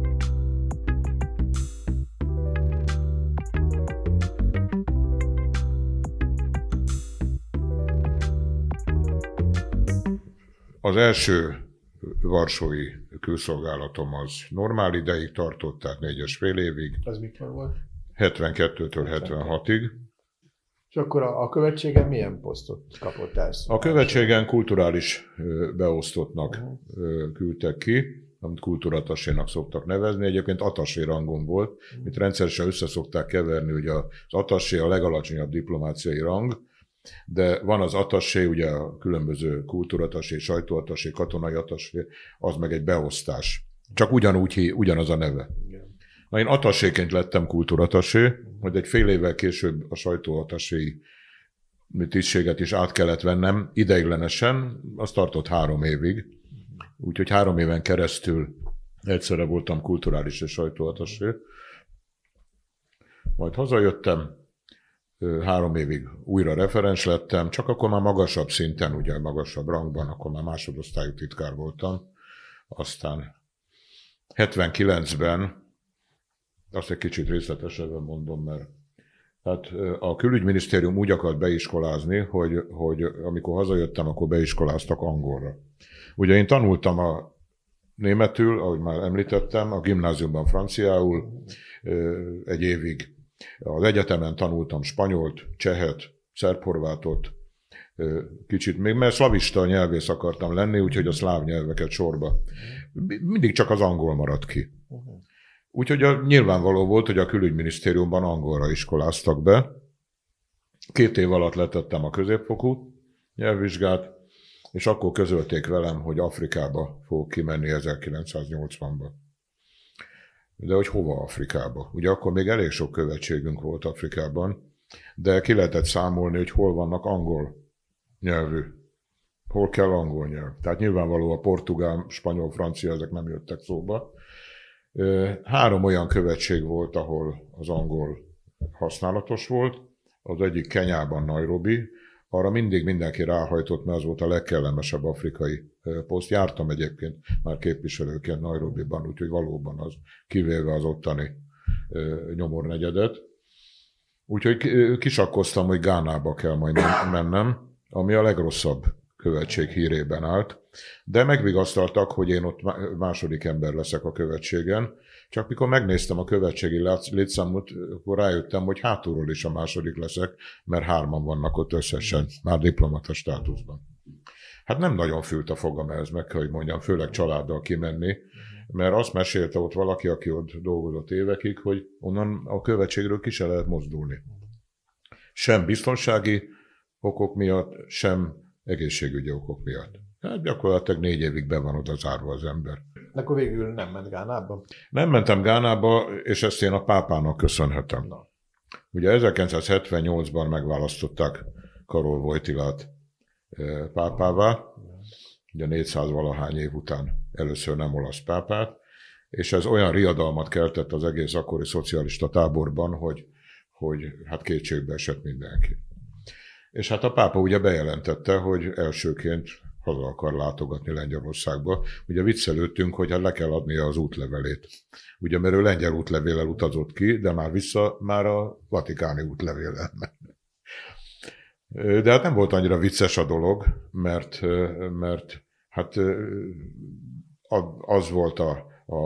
Az első varsói külszolgálatom az normál ideig tartott, tehát 4,5 évig. Az mikor volt? 72-től 76-ig. És akkor a követségen milyen posztot kapott el? A követségen kulturális beosztottnak küldtek ki, amit kultúratasénak szoktak nevezni. Egyébként atasé rangom volt, amit rendszeresen összeszokták keverni, ugye az atasé a legalacsonyabb diplomáciai rang, de van az atasé, ugye a különböző kultúratasé, sajtóatasé, katonai atasé, az meg egy beosztás. Csak ugyanaz a neve. Na, én ataséként lettem kultúratasé, hogy egy fél évvel később a sajtóataséi tisztséget is át kellett vennem ideiglenesen, az tartott 3 évig. Úgyhogy 3 éven keresztül egyszerre voltam kulturális és sajtóatasé. Majd hazajöttem, 3 évig újra referens lettem, csak akkor már magasabb szinten, ugye magasabb rangban, akkor már másodosztályú titkár voltam. Aztán 79-ben, azt egy kicsit részletesebben mondom, mert hát a külügyminisztérium úgy akart beiskolázni, hogy amikor hazajöttem, akkor beiskoláztak angolra. Ugye én tanultam a németül, ahogy már említettem, a gimnáziumban franciául 1 évig. Az egyetemen tanultam spanyolt, csehet, szerb-horvátot, kicsit még, mert szlavista nyelvész akartam lenni, úgyhogy a szláv nyelveket sorba. Mindig csak az angol maradt ki. Úgyhogy nyilvánvaló volt, hogy a külügyminisztériumban angolra iskoláztak be. 2 év alatt letettem a középfokú nyelvvizsgát, és akkor közölték velem, hogy Afrikába fogok kimenni 1980-ban. De hogy hova Afrikába? Ugye akkor még elég sok követségünk volt Afrikában, de ki lehetett számolni, hogy hol vannak angol nyelvű. Hol kell angol nyelv. Tehát nyilvánvaló a portugál, spanyol, francia, ezek nem jöttek szóba. 3 olyan követség volt, ahol az angol használatos volt. Az egyik Kenyában, Nairobi. Arra mindig mindenki ráhajtott, mert az volt a legkellemesebb afrikai poszt. Jártam egyébként már képviselőként Nairobiban, úgyhogy valóban az, kivéve az ottani nyomornegyedet. Úgyhogy kisakkoztam, hogy Gánába kell majd mennem, ami a legrosszabb követség hírében állt. De megvigasztaltak, hogy én ott második ember leszek a követségen. Csak mikor megnéztem a követségi létszámot, akkor rájöttem, hogy hátulról is a második leszek, mert 3-an vannak ott összesen, már diplomata státuszban. Hát nem nagyon fült a fogam ehhez, meg kell, hogy mondjam, főleg családdal kimenni, mert azt mesélte ott valaki, aki ott dolgozott évekig, hogy onnan a követségről ki se lehet mozdulni. Sem biztonsági okok miatt, sem egészségügyi okok miatt. Hát gyakorlatilag 4 évig be van oda zárva az ember. De akkor végül nem ment Gánába? Nem mentem Gánába, és ezt én a pápának köszönhetem. Na. Ugye 1978-ban megválasztották Karol Wojtylát pápává, ugye 400-valahány év után először nem olasz pápát, és ez olyan riadalmat keltett az egész akkori szocialista táborban, hogy hát kétségbe esett mindenki. És hát a pápa ugye bejelentette, hogy elsőként haza akar látogatni Lengyelországba. Ugye viccelődtünk, hogy hát le kell adnia az útlevelét. Ugye, mert ő lengyel útlevéllel utazott ki, de már a vatikáni útlevéllel. De hát nem volt annyira vicces a dolog, mert hát az volt a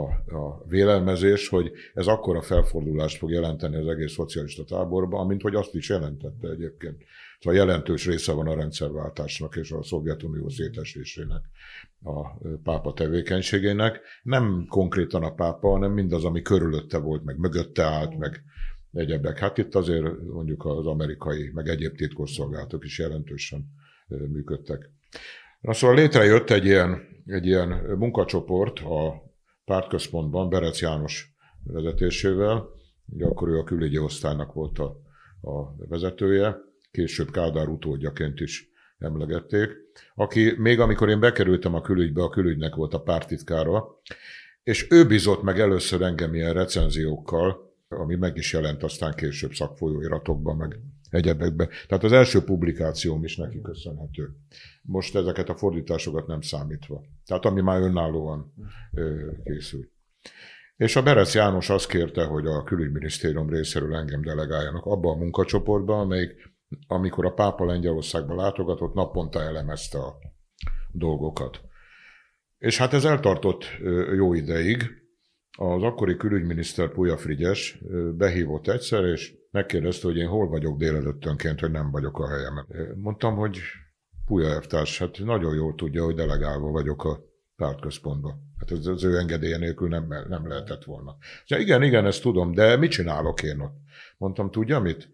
vélelmezés, hogy ez akkora felfordulást fog jelenteni az egész szocialista táborban, amint hogy azt is jelentette egyébként. Szóval jelentős része van a rendszerváltásnak és a Szovjetunió szétesésének, a pápa tevékenységének. Nem konkrétan a pápa, hanem mindaz, ami körülötte volt, meg mögötte állt, meg egyebek. Hát itt azért mondjuk az amerikai, meg egyéb titkosszolgálatok is jelentősen működtek. Na szóval létrejött egy ilyen munkacsoport a pártközpontban, Berec János vezetésével, ugye akkor ő a külügyi osztálynak volt a vezetője, később Kádár utódjaként is emlegették, aki még amikor én bekerültem a külügybe, a külügynek volt a párttitkára, és ő bizott meg először engem ilyen recenziókkal, ami meg is jelent aztán később szakfolyóiratokban, meg egyebekben. Tehát az első publikációm is neki köszönhető. Most ezeket a fordításokat nem számítva. Tehát ami már önállóan készült. És a Berec János azt kérte, hogy a külügyminisztérium részéről engem delegáljanak abba a munkacsoportba, amelyik, amikor a pápa Lengyelországba látogatott, naponta elemezte a dolgokat. És hát ez eltartott jó ideig. Az akkori külügyminiszter Puja Frigyes behívott egyszer, és megkérdezte, hogy én hol vagyok délelőttönként, hogy nem vagyok a helyemen. Mondtam, hogy Puja elvtárs, hát nagyon jól tudja, hogy delegálva vagyok a pártközpontba. Hát ez az ő engedélye nélkül nem lehetett volna. Ja, igen, ezt tudom, de mit csinálok én ott? Mondtam, tudja mit?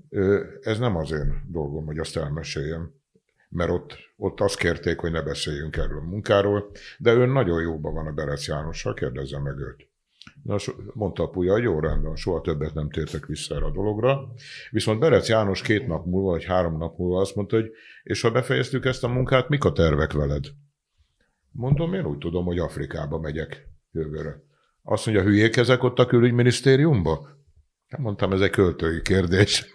Ez nem az én dolgom, hogy azt elmeséljem, mert ott azt kérték, hogy ne beszéljünk erről a munkáról, de ő nagyon jóban van a Berec Jánossal, kérdezze meg őt. Na, mondta a Puja, hogy jó rendben, soha többet nem tértek vissza erre a dologra. Viszont Berec János 2 nap múlva, vagy 3 nap múlva azt mondta, hogy és ha befejeztük ezt a munkát, mik a tervek veled? Mondom, én úgy tudom, hogy Afrikába megyek jövőre. Azt mondja, hülyék ezek ott a külügyminisztériumban? Mondtam, ez egy költői kérdés.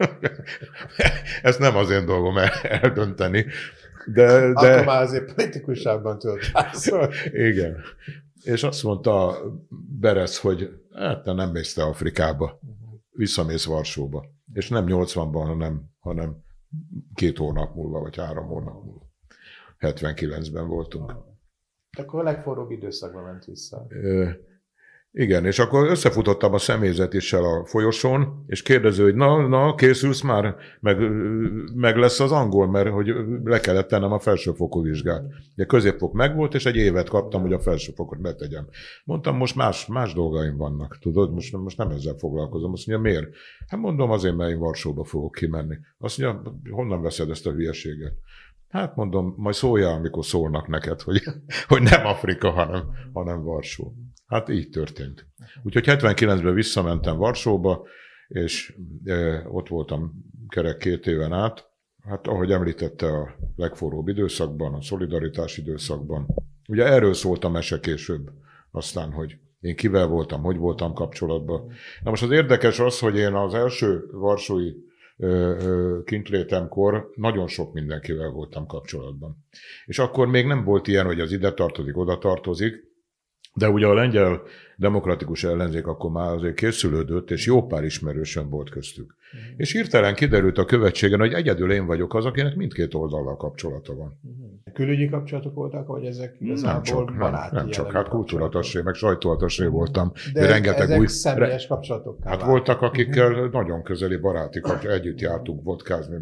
Ezt nem az én dolgom eldönteni. De... Akkor már azért politikusában tudod. Igen. És azt mondta Berec, hogy hát te nem mész te Afrikába, visszamész Varsóba. És nem 80-ban, hanem 2 hónap múlva, vagy 3 hónap múlva. 79-ben voltunk. Akkor a legforróbb időszakban ment vissza. Igen, és akkor összefutottam a személyzetissel a folyosón, és kérdező, hogy na, készülsz már, meg lesz az angol, mert hogy le kellett tennem a felsőfokú vizsgát. Ugye középfok megvolt, és 1 évet kaptam, hogy a felsőfokot betegyem. Mondtam, most más dolgaim vannak, tudod, most nem ezzel foglalkozom. Azt mondja, miért? Hát mondom, azért, mert én Varsóba fogok kimenni. Azt mondja, honnan veszed ezt a hülyeséget? Hát mondom, majd szóljál, amikor szólnak neked, hogy nem Afrika, hanem Varsó. Hát így történt. Úgyhogy 79-ben visszamentem Varsóba, és ott voltam kerek 2 éven át. Hát ahogy említette, a legforróbb időszakban, a szolidaritás időszakban. Ugye erről szólt a mese később, aztán, hogy én kivel voltam, hogy voltam kapcsolatban. Na most az érdekes az, hogy én az első varsói kintlétemkor nagyon sok mindenkivel voltam kapcsolatban. És akkor még nem volt ilyen, hogy az ide tartozik, oda tartozik, de ugye a lengyel demokratikus ellenzék akkor már azért készülődött, és jó pár ismerősöm volt köztük. És hirtelen kiderült a követségen, hogy egyedül én vagyok az, akinek mindkét oldallal kapcsolata van. Külügyi kapcsolatok voltak, vagy ezek igazából baráti nem csak, hát kultúratassé, meg sajtóatassé voltam. De rengeteg ezek személyes kapcsolatok. Hát voltak, akikkel nagyon közeli baráti kapcsolatok, együtt jártunk vodkázni,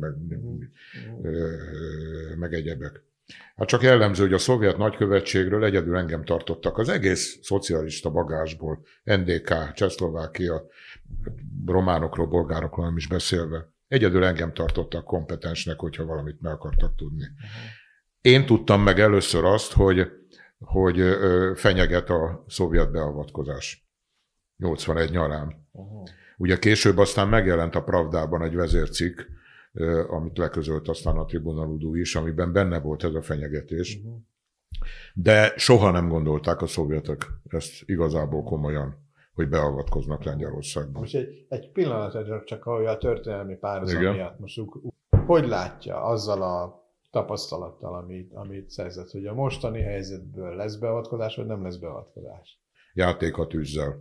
meg egyebek. Hát csak jellemző, hogy a szovjet nagykövetségről egyedül engem tartottak az egész szocialista bagázsból, NDK, Csehszlovákia, románokról, bolgárokról nem is beszélve. Egyedül engem tartottak kompetensnek, hogyha valamit meg akartak tudni. Én tudtam meg először azt, hogy fenyeget a szovjet beavatkozás 81 nyarán. Ugye később aztán megjelent a Pravdában egy vezércikk, amit leközölt aztán a Tribunaludú is, amiben benne volt ez a fenyegetés. De soha nem gondolták a szovjetek ezt igazából komolyan, hogy beavatkoznak Lengyelországban. Most egy pillanatra csak a történelmi párhuzam miatt most hogy látja azzal a tapasztalattal, amit szerzett, hogy a mostani helyzetből lesz beavatkozás, vagy nem lesz beavatkozás? Játék a tűzzel.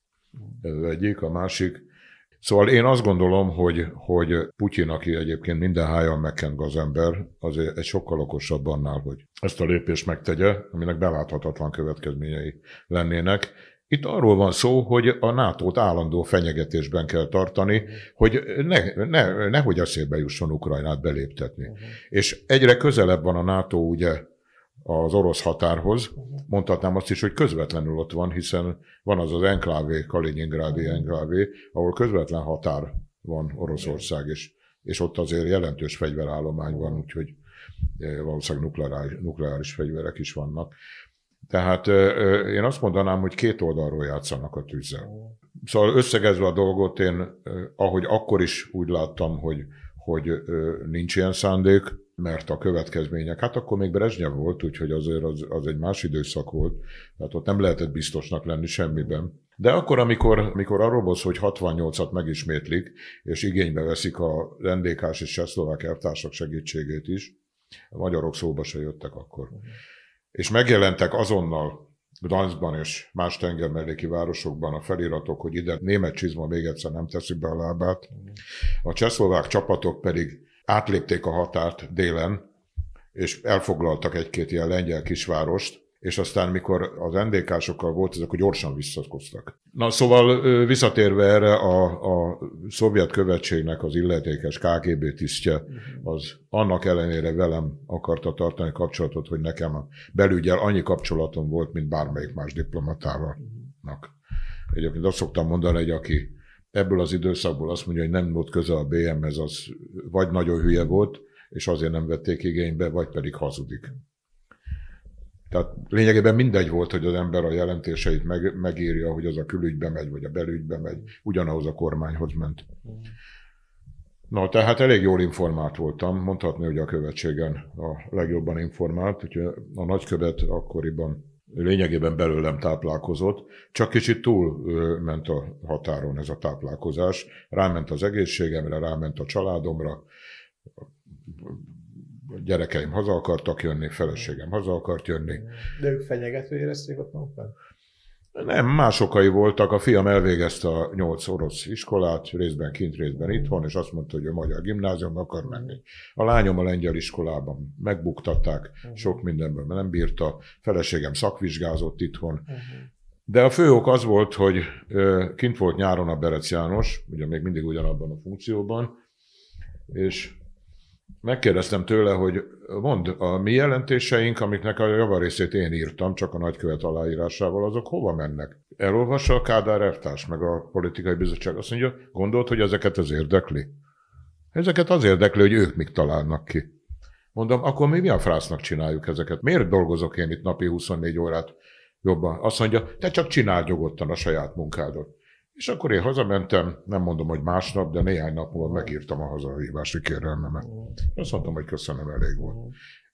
Ez egyik, a másik. Szóval én azt gondolom, hogy Putyin, aki egyébként minden hájjal megkent gazember, azért egy sokkal okosabb annál, hogy ezt a lépést megtegye, aminek beláthatatlan következményei lennének. Itt arról van szó, hogy a NATO-t állandó fenyegetésben kell tartani, hogy nehogy eszébe jusson Ukrajnát beléptetni. És egyre közelebb van a NATO ugye az orosz határhoz, mondhatnám azt is, hogy közvetlenül ott van, hiszen van az az enklávé, Kaliningrádi enklávé, ahol közvetlen határ van Oroszország, és ott azért jelentős fegyverállomány van, úgyhogy valószínűleg nukleáris fegyverek is vannak. Tehát én azt mondanám, hogy két oldalról játszanak a tűzzel. Szóval összegezve a dolgot, én ahogy akkor is úgy láttam, hogy nincs ilyen szándék, mert a következmények, hát akkor még Brezsnyev volt, úgyhogy azért az egy más időszak volt, tehát ott nem lehetett biztosnak lenni semmiben. De akkor, amikor arról volt, hogy 68-at megismétlik, és igénybe veszik a NDK-s és csehszlovák elvtársak segítségét is, a magyarok szóba se jöttek akkor. És megjelentek azonnal Gdanskban és más tengermelléki városokban a feliratok, hogy ide német csizma még egyszer nem teszi be a lábát. A csehszlovák csapatok pedig átlépték a határt délen, és elfoglaltak egy-két ilyen lengyel kisvárost, és aztán mikor az NDK-sokkal volt, ezek gyorsan visszakoztak. Na szóval visszatérve erre, a szovjet követségnek az illetékes KGB tisztje, az annak ellenére velem akarta tartani kapcsolatot, hogy nekem a belüggyel annyi kapcsolatom volt, mint bármelyik más diplomatával. Egyébként azt szoktam mondani, hogy aki ebből az időszakból azt mondja, hogy nem volt köze a BM-hez, az vagy nagyon hülye volt, és azért nem vették igénybe, vagy pedig hazudik. Tehát lényegében mindegy volt, hogy az ember a jelentéseit megírja, hogy az a külügybe megy, vagy a belügybe megy, ugyanahoz a kormányhoz ment. Na, tehát elég jól informált voltam, mondhatni, hogy a követségen a legjobban informált, úgyhogy a nagykövet akkoriban lényegében belőlem táplálkozott, csak kicsit túl ment a határon ez a táplálkozás, ráment az egészségemre, ráment a családomra, gyerekeim haza akartak jönni, feleségem haza akart jönni. De ők fenyegetve érezték ott magukat? Nem, más okai voltak. A fiam elvégezte a 8 orosz iskolát, részben kint, részben itthon, és azt mondta, hogy a magyar gimnáziumba akar menni. A lányom a lengyel iskolában megbuktatták, sok mindenben nem bírta, feleségem szakvizsgázott itthon. De a fő ok az volt, hogy kint volt nyáron a Berec János, ugye még mindig ugyanabban a funkcióban, és megkérdeztem tőle, hogy mondd, a mi jelentéseink, amiknek a javarészét én írtam, csak a nagykövet aláírásával, azok hova mennek? Elolvassa a Kádár elvtárs, meg a politikai bizottság. Azt mondja, gondolt, hogy ezeket az érdekli? Ezeket az érdekli, hogy ők mit találnak ki. Mondom, akkor mi a frásznak csináljuk ezeket? Miért dolgozok én itt napi 24 órát jobban? Azt mondja, te csak csináld nyugodtan a saját munkádat. És akkor én hazamentem, nem mondom, hogy másnap, de néhány nap múlva megírtam a hazahívási kérelmemet. Azt mondtam, hogy köszönöm, elég volt.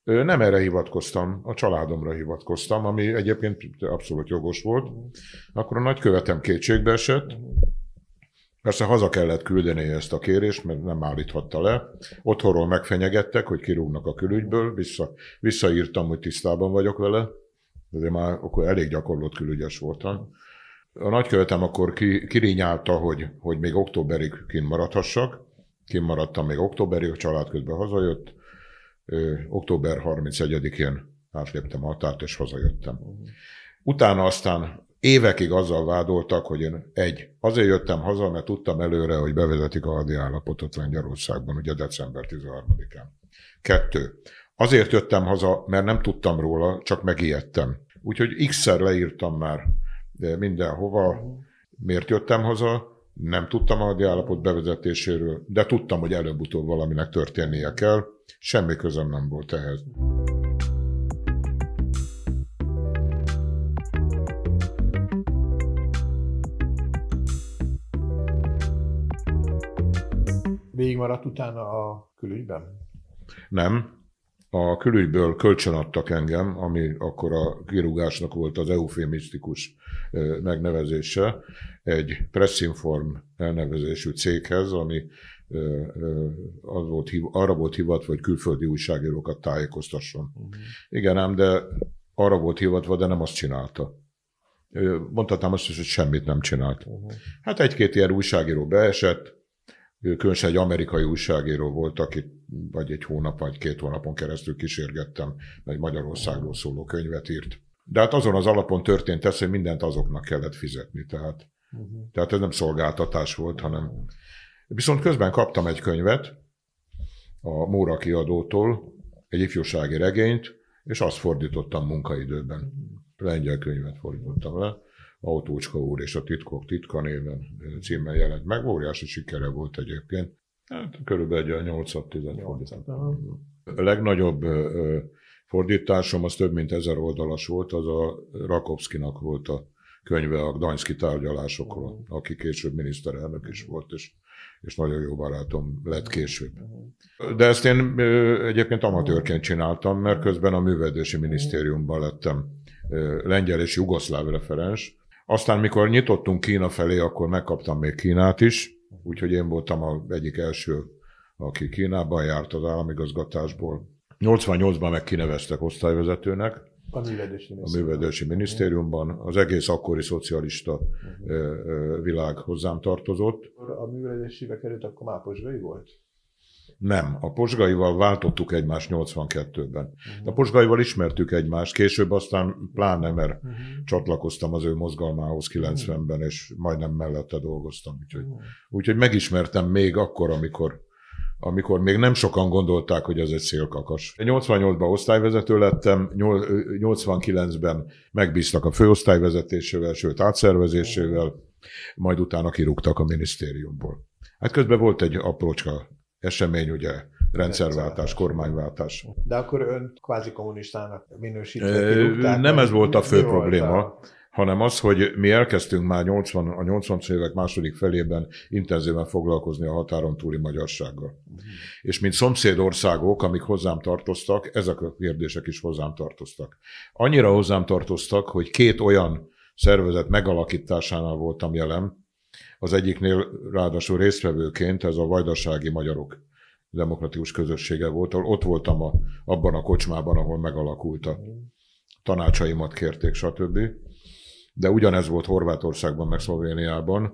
Nem erre hivatkoztam, a családomra hivatkoztam, ami egyébként abszolút jogos volt. Akkor a nagykövetem kétségbe esett. Persze haza kellett küldeni ezt a kérést, mert nem állíthatta le. Otthonról megfenyegettek, hogy kirúgnak a külügyből, visszaírtam, hogy tisztában vagyok vele, de már akkor elég gyakorlott külügyes voltam. A nagykövetem akkor kirinyálta, hogy még októberig kint maradhassak. Kint maradtam még októberig, a család közben hazajött. Október 31-én átléptem a határt, és hazajöttem. Utána aztán évekig azzal vádoltak, hogy én azért jöttem haza, mert tudtam előre, hogy bevezetik a hadiállapotot Lengyelországban, ugye december 13-án. 2. Azért jöttem haza, mert nem tudtam róla, csak megijedtem. Úgyhogy x-szer leírtam már mindenhova, miért jöttem haza, nem tudtam a hadiállapot bevezetéséről, de tudtam, hogy előbb-utóbb valaminek történnie kell, semmi közöm nem volt ehhez. Végigmaradt utána a külügyben? Nem. A külügyből kölcsönadtak engem, ami akkor a kirúgásnak volt az eufémisztikus megnevezése, egy Pressinform elnevezésű céghez, ami arra volt hivatva, hogy külföldi újságírókat tájékoztasson. Igen ám, de arra volt hivatva, de nem azt csinálta. Mondhatnám azt is, hogy semmit nem csinált. Hát egy-két ilyen újságíró beesett, különösen egy amerikai újságíró volt, akit vagy egy hónap, vagy 2 hónapon keresztül kísérgettem, meg Magyarországról szóló könyvet írt. De hát azon az alapon történt ez, hogy mindent azoknak kellett fizetni, tehát ez nem szolgáltatás volt, hanem... Viszont közben kaptam egy könyvet a Móra kiadótól, egy ifjúsági regényt, és azt fordítottam munkaidőben. Lengyel könyvet fordítottam le. Autócska úr és a titkok titka néven címmel jelent meg. Óriási sikere volt egyébként. Hát körülbelül egy 8-10 fordítottam. A legnagyobb fordításom az több mint 1000 oldalas volt, az a Rakowskinak volt a könyve a gdański tárgyalásokról, aki később miniszterelnök is volt, és nagyon jó barátom lett később. De ezt én egyébként amatőrként csináltam, mert közben a Művelődési Minisztériumban lettem lengyel és jugoszláv referens. Aztán, mikor nyitottunk Kína felé, akkor megkaptam még Kínát is, úgyhogy én voltam az egyik első, aki Kínában járt az államigazgatásból. 88-ban meg kineveztek osztályvezetőnek a Művelődési Minisztériumban. Az egész akkori szocialista világ hozzám tartozott. A művelődésibe került, akkor már Pozsgai volt? Nem, a Pozsgaival váltottuk egymást 82-ben. A Pozsgaival ismertük egymást, később aztán pláne, mert csatlakoztam az ő mozgalmához 90-ben, és majdnem mellette dolgoztam. Úgyhogy megismertem még akkor, amikor még nem sokan gondolták, hogy ez egy szélkakas. 88-ban osztályvezető lettem, 89-ben megbíztak a főosztályvezetésével, sőt átszervezésével, majd utána kirúgtak a minisztériumból. Hát közben volt egy aprócska esemény, ugye, rendszerváltás, kormányváltás. De akkor ön kvázi kommunistának minősítve kirúgták? Nem ez volt a fő probléma, hanem az, hogy mi elkezdtünk már a 80-as évek második felében intenzíven foglalkozni a határon túli magyarsággal. És mint szomszédországok, amik hozzám tartoztak, ezek a kérdések is hozzám tartoztak. Annyira hozzám tartoztak, hogy 2 olyan szervezet megalakításánál voltam jelen, az egyiknél ráadásul résztvevőként, ez a Vajdasági Magyarok Demokratikus Közössége volt, ott voltam abban a kocsmában, ahol megalakult a tanácsaimat kérték, stb. De ugyanez volt Horvátországban, meg Szlovéniában,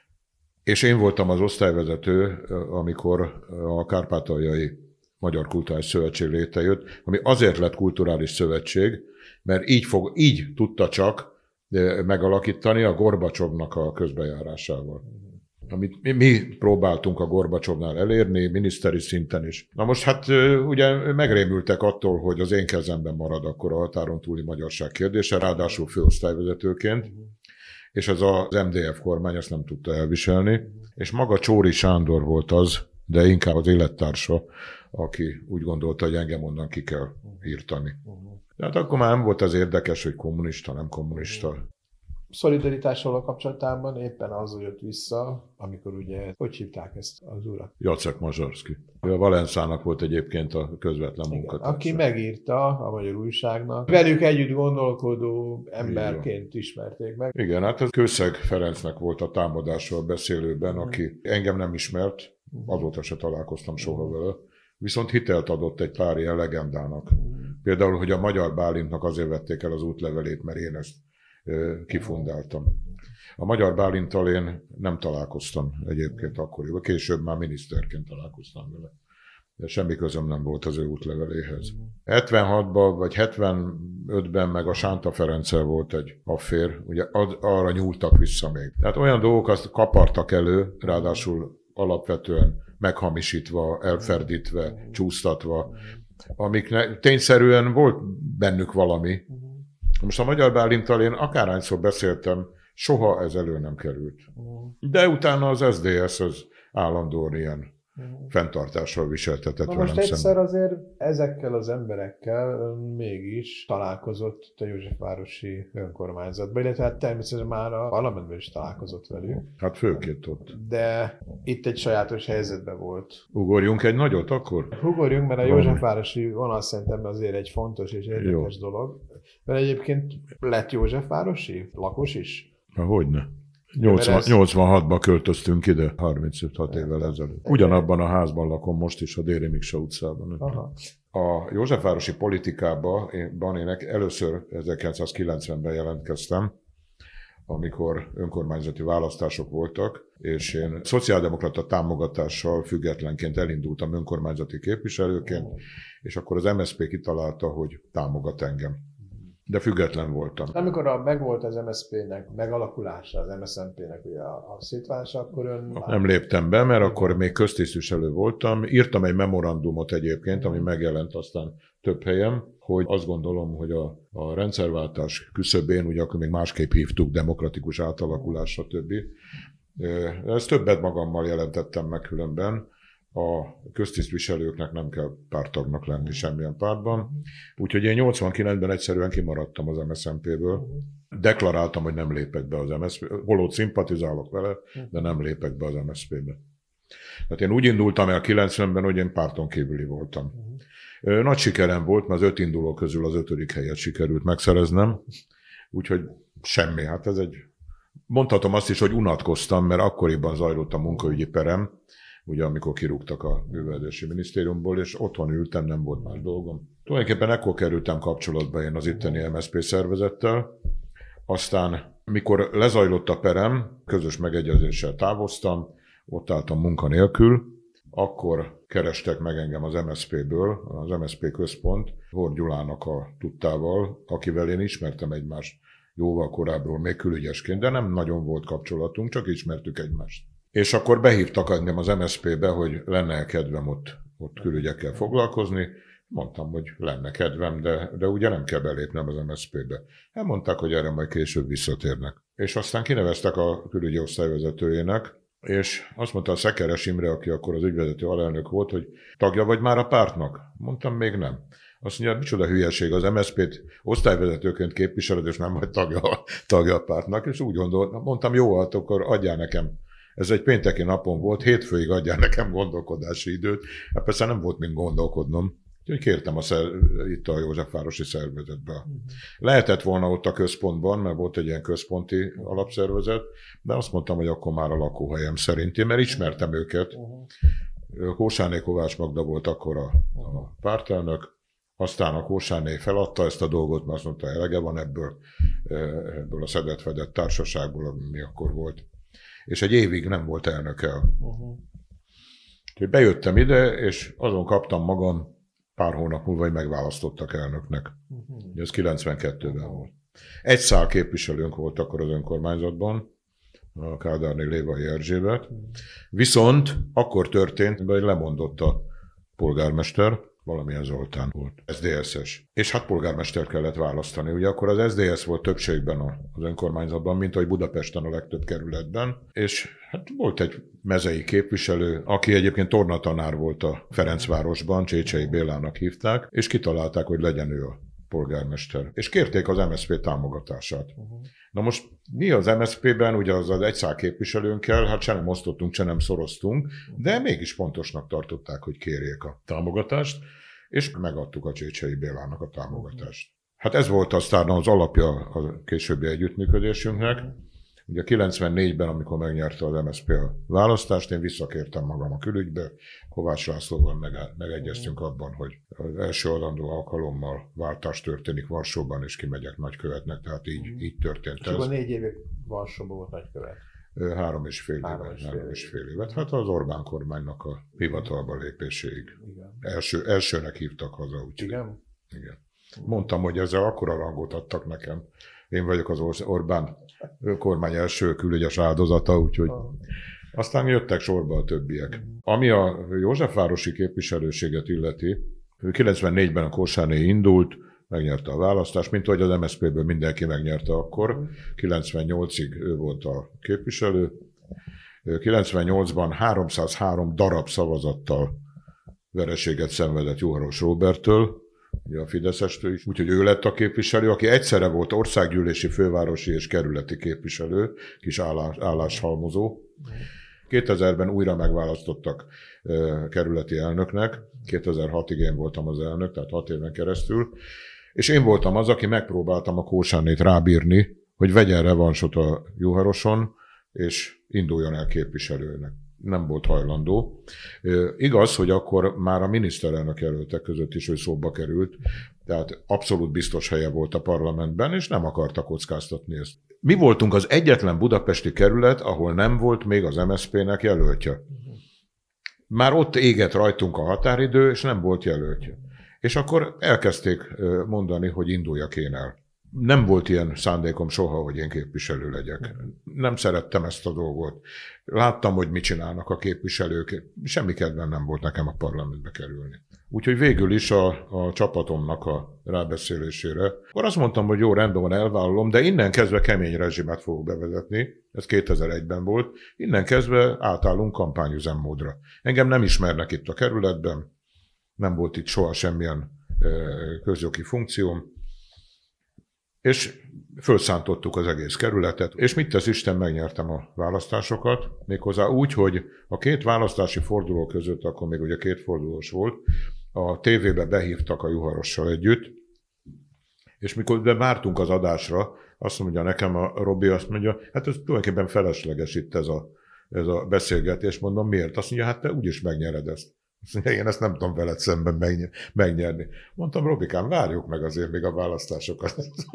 és én voltam az osztályvezető, amikor a Kárpátaljai Magyar Kulturális Szövetség létrejött, ami azért lett kulturális szövetség, mert így tudta csak megalakítani a Gorbacsovnak a közbejárásával. Amit mi próbáltunk a Gorbacsovnál elérni, miniszteri szinten is. Na most hát ugye megrémültek attól, hogy az én kezemben marad akkor a határon túli magyarság kérdése, ráadásul főosztályvezetőként, és ez az MDF kormány ezt nem tudta elviselni, és maga Csóri Sándor volt az, de inkább az élettársa, aki úgy gondolta, hogy engem onnan ki kell írtani. De hát akkor már nem volt az érdekes, hogy kommunista, nem kommunista. szolidaritással a kapcsolatában éppen az jött vissza, amikor ugye, hogy hívták ezt az urat? Jacek Mazsarszky. A Valenszának volt egyébként a közvetlen munkatársa. Aki megírta a Magyar Újságnak. Velük együtt gondolkodó emberként ismerték meg. Igen, hát ez Kőszeg Ferencnek volt a támadásról beszélőben, aki engem nem ismert, azóta se találkoztam soha vele, viszont hitelt adott egy pár ilyen legendának. Például, hogy a Magyar Bálintnak azért vették el az útlevelét, mert én ezt kifundáltam. A Magyar Bálinttal én nem találkoztam egyébként akkoriban, később már miniszterként találkoztam vele. De semmi közöm nem volt az ő útleveléhez. 76-ban vagy 75-ben meg a Sánta Ferenccel volt egy affér, ugye arra nyúltak vissza még. Tehát olyan dolgok azt kapartak elő, ráadásul alapvetően meghamisítva, elferdítve, csúsztatva, amik tényszerűen volt bennük valami. Most a Magyar Bálinttal én akárhányszor beszéltem, soha ez elő nem került. De utána az SZDSZ az állandóan ilyen fenntartással viseltetett velem most egyszer szemben. azért ezekkel az emberekkel mégis találkozott a Józsefvárosi önkormányzatban, illetve hát természetesen már a parlamentben is találkozott velük. Hát főként ott. De itt egy sajátos helyzetben volt. Ugorjunk egy nagyot akkor? Ugorjunk, mert a Józsefvárosi vonal szerintem azért egy fontos és érdekes dolog. Mert egyébként lett Józsefvárosi lakos is? Hogyne. 86-ban költöztünk ide, 35-6 évvel ezelőtt. Ugyanabban a házban lakom most is, a Déri Miksa utcában. Aha. A józsefvárosi politikában én először 1990-ben jelentkeztem, amikor önkormányzati választások voltak, és én szociáldemokrata támogatással függetlenként elindultam önkormányzati képviselőként, és akkor az MSZP kitalálta, hogy támogat engem. De független voltam. Amikor megvolt az MSZP-nek megalakulása, az MSZNP-nek ugye a szétválása, akkor ön... Nem léptem be, mert akkor még köztisztviselő voltam. Írtam egy memorandumot egyébként, ami megjelent aztán több helyen, hogy azt gondolom, hogy a rendszerváltás küszöbén, ugye akkor még másképp hívtuk, demokratikus átalakulás, stb. Ezt többet magammal jelentettem meg különben. A köztisztviselőknek nem kell párttagnak lenni semmilyen pártban. Úgyhogy én 89-ben egyszerűen kimaradtam az MSZNP-ből. Deklaráltam, hogy nem lépek be az MSZP-be. Holott szimpatizálok vele, de nem lépek be az MSZP-be. Tehát én úgy indultam el 90-ben, hogy én párton kívüli voltam. Nagy sikerem volt, mert az 5 induló közül az 5. helyet sikerült megszereznem. Úgyhogy semmi. Hát ez mondhatom azt is, hogy unatkoztam, mert akkoriban zajlott a munkaügyi perem, ugye amikor kirúgtak a Művelődési Minisztériumból, és otthon ültem, nem volt más dolgom. Tulajdonképpen ekkor kerültem kapcsolatba én az itteni MSZP szervezettel, aztán mikor lezajlott a perem, közös megegyezéssel távoztam, ott álltam munkanélkül, akkor kerestek meg engem az MSZP-ből, az MSZP központ, Hord Gyulának a tudtával, akivel én ismertem egymást jóval korábbról, még külügyesként, de nem nagyon volt kapcsolatunk, csak ismertük egymást. És akkor behívtak engem az MSZP-be, hogy lenne kedvem ott külügyekkel foglalkozni. Mondtam, hogy lenne kedvem, de ugye nem kell belépnem az MSZP-be. Elmondták, hogy erre majd később visszatérnek. És aztán kineveztek a külügyi osztályvezetőjének, és azt mondta a Szekeres Imre, aki akkor az ügyvezető alelnök volt, hogy tagja vagy már a pártnak? Mondtam, még nem. Azt mondja, micsoda hülyeség, az MSZP-t osztályvezetőként képviseled, és nem vagy tagja a pártnak. És úgy gondoltam, mondtam, jó, hát akkor adjál nekem. Ez egy pénteki napon volt, hétfőig adjál nekem gondolkodási időt. Hát persze nem volt mind gondolkodnom. Úgyhogy kértem itt a Józsefvárosi szervezetbe. Lehetett volna ott a központban, mert volt egy ilyen központi alapszervezet, de azt mondtam, hogy akkor már a lakóhelyem szerinti, mert ismertem őket. Kósáné Kovács Magda volt akkor a pártelnök, aztán a Kósáné feladta ezt a dolgot, mert azt mondta, elege van ebből a szedett-fedett társaságból, ami akkor volt. És egy évig nem volt elnöke. Úgyhogy bejöttem ide, és azon kaptam magam pár hónap múlva, hogy megválasztottak elnöknek. Ez 92-ben volt. Egy szál képviselőnk volt akkor az önkormányzatban, a Kádárné Lévai Erzsébet. Viszont akkor történt, hogy lemondott a polgármester, valamilyen Zoltán volt, SZDSZ-es. És hát polgármestert kellett választani. Ugye akkor az SZDSZ volt többségben az önkormányzatban, mint ahogy Budapesten a legtöbb kerületben. És hát volt egy mezei képviselő, aki egyébként tornatanár volt a Ferencvárosban, Csécsei Bélának hívták, és kitalálták, hogy legyen ő a polgármester. És kérték az MSZP támogatását. Na most mi az MSZP-ben, ugye az egy szál képviselőnkkel, hát se nem osztottunk, se nem szoroztunk, de mégis fontosnak tartották, hogy kérjék a támogatást, és megadtuk a Csécsei Bélának a támogatást. Hát ez volt aztán az alapja a későbbi együttműködésünknek. Ugye 94-ben, amikor megnyerte az MSZP a választást, én visszakértem magam a külügybe, Kovács Lászlóval megegyeztünk abban, hogy az első adandó alkalommal váltás történik Varsóban, és kimegyek nagykövetnek, tehát így történt és ez. akkor 4 évig Varsóban volt nagykövet. 3,5 évet. Hát az Orbán kormánynak a hivatalba lépéséig. Igen. Elsőnek hívtak haza, úgyhogy. Igen? Igen. Mondtam, hogy ezzel akkora rangot adtak nekem. Én vagyok az Orbán kormány első külügyes áldozata, úgyhogy aztán jöttek sorba a többiek. Ami a Józsefvárosi képviselőséget illeti, 94-ben a Kossáné indult, megnyerte a választást, mint ahogy az MSZP-ből mindenki megnyerte akkor. 98-ig ő volt a képviselő. 98-ban 303 darab szavazattal vereséget szenvedett Juharos Róberttől, ugye a Fideszestől is, úgyhogy ő lett a képviselő, aki egyszerre volt országgyűlési, fővárosi és kerületi képviselő, kis álláshalmozó. 2000-ben újra megválasztottak kerületi elnöknek, 2006-ig én voltam az elnök, tehát 6 éven keresztül, és én voltam az, aki megpróbáltam a Kósánét rábírni, hogy vegyen revansot a Juharoson, és induljon el képviselőnek. Nem volt hajlandó. Igaz, hogy akkor már a miniszterelnök jelöltek között is ő szóba került, tehát abszolút biztos helye volt a parlamentben, és nem akarta kockáztatni ezt. Mi voltunk az egyetlen budapesti kerület, ahol nem volt még az MSZP-nek jelöltje. Már ott égett rajtunk a határidő, és nem volt jelöltje. És akkor elkezdték mondani, hogy induljak én el. Nem volt ilyen szándékom soha, hogy én képviselő legyek. Nem szerettem ezt a dolgot. Láttam, hogy mit csinálnak a képviselők. Semmi kedvem nem volt nekem a parlamentbe kerülni. Úgyhogy végül is a csapatomnak a rábeszélésére. Akkor azt mondtam, hogy jó, rendben van, elvállalom, de innen kezdve kemény rezsimet fogok bevezetni. Ez 2001-ben volt. Innen kezdve átállunk kampányüzemmódra. Engem nem ismernek itt a kerületben. Nem volt itt soha semmilyen közjogi funkcióm. És fölszántottuk az egész kerületet, és mit tesz Isten, megnyertem a választásokat, méghozzá úgy, hogy a 2 választási forduló között, akkor még ugye 2 fordulós volt, a tévébe behívtak a Juharossal együtt, és mikor vártunk az adásra, azt mondja nekem a Robi, azt mondja, hát ez tulajdonképpen felesleges itt ez a beszélgetés, mondom, miért? Azt mondja, hát te úgyis megnyered ezt. Azt mondja, én ezt nem tudom veled szemben megnyerni. Mondtam, Robikám, várjuk meg azért még a választásokat.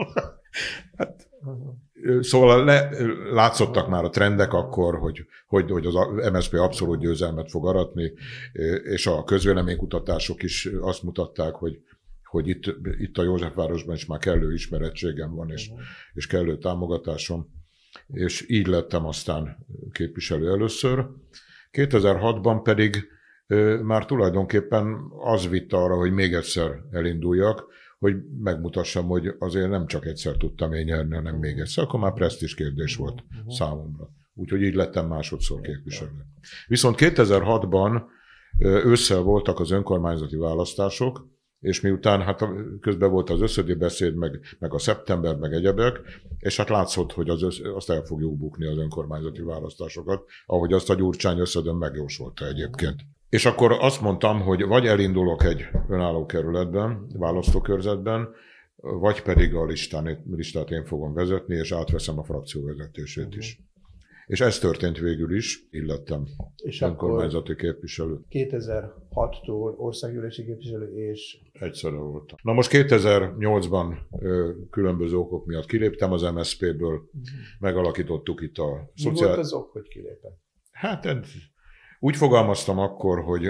Hát, szóval látszottak már a trendek akkor, hogy az MSZP abszolút győzelmet fog aratni, és a közvéleménykutatások is azt mutatták, hogy itt a Józsefvárosban is már kellő ismerettségem van, és kellő támogatásom, és így lettem aztán képviselő először. 2006-ban pedig már tulajdonképpen az vitt arra, hogy még egyszer elinduljak, hogy megmutassam, hogy azért nem csak egyszer tudtam én nyerni, hanem még egyszer. Akkor már presztízs kérdés volt számomra. Úgyhogy így lettem másodszor képviselő. Viszont 2006-ban ősszel voltak az önkormányzati választások, és miután hát közben volt az összödi beszéd, meg a szeptember, meg egyebek, és hát látszott, hogy azt el fogjuk bukni az önkormányzati választásokat, ahogy azt a Gyurcsány összödön megjósolta egyébként. És akkor azt mondtam, hogy vagy elindulok egy önálló kerületben, választókörzetben, vagy pedig a listát én fogom vezetni, és átveszem a frakció vezetését is. És ez történt végül is, illettem önkormányzati képviselő. 2006-tól országgyűlési képviselő és... Egyszerre voltam. Na most 2008-ban különböző okok miatt kiléptem az MSZP-ből, megalakítottuk itt a... Mi volt az ok, hogy kilépett? Hát úgy fogalmaztam akkor, hogy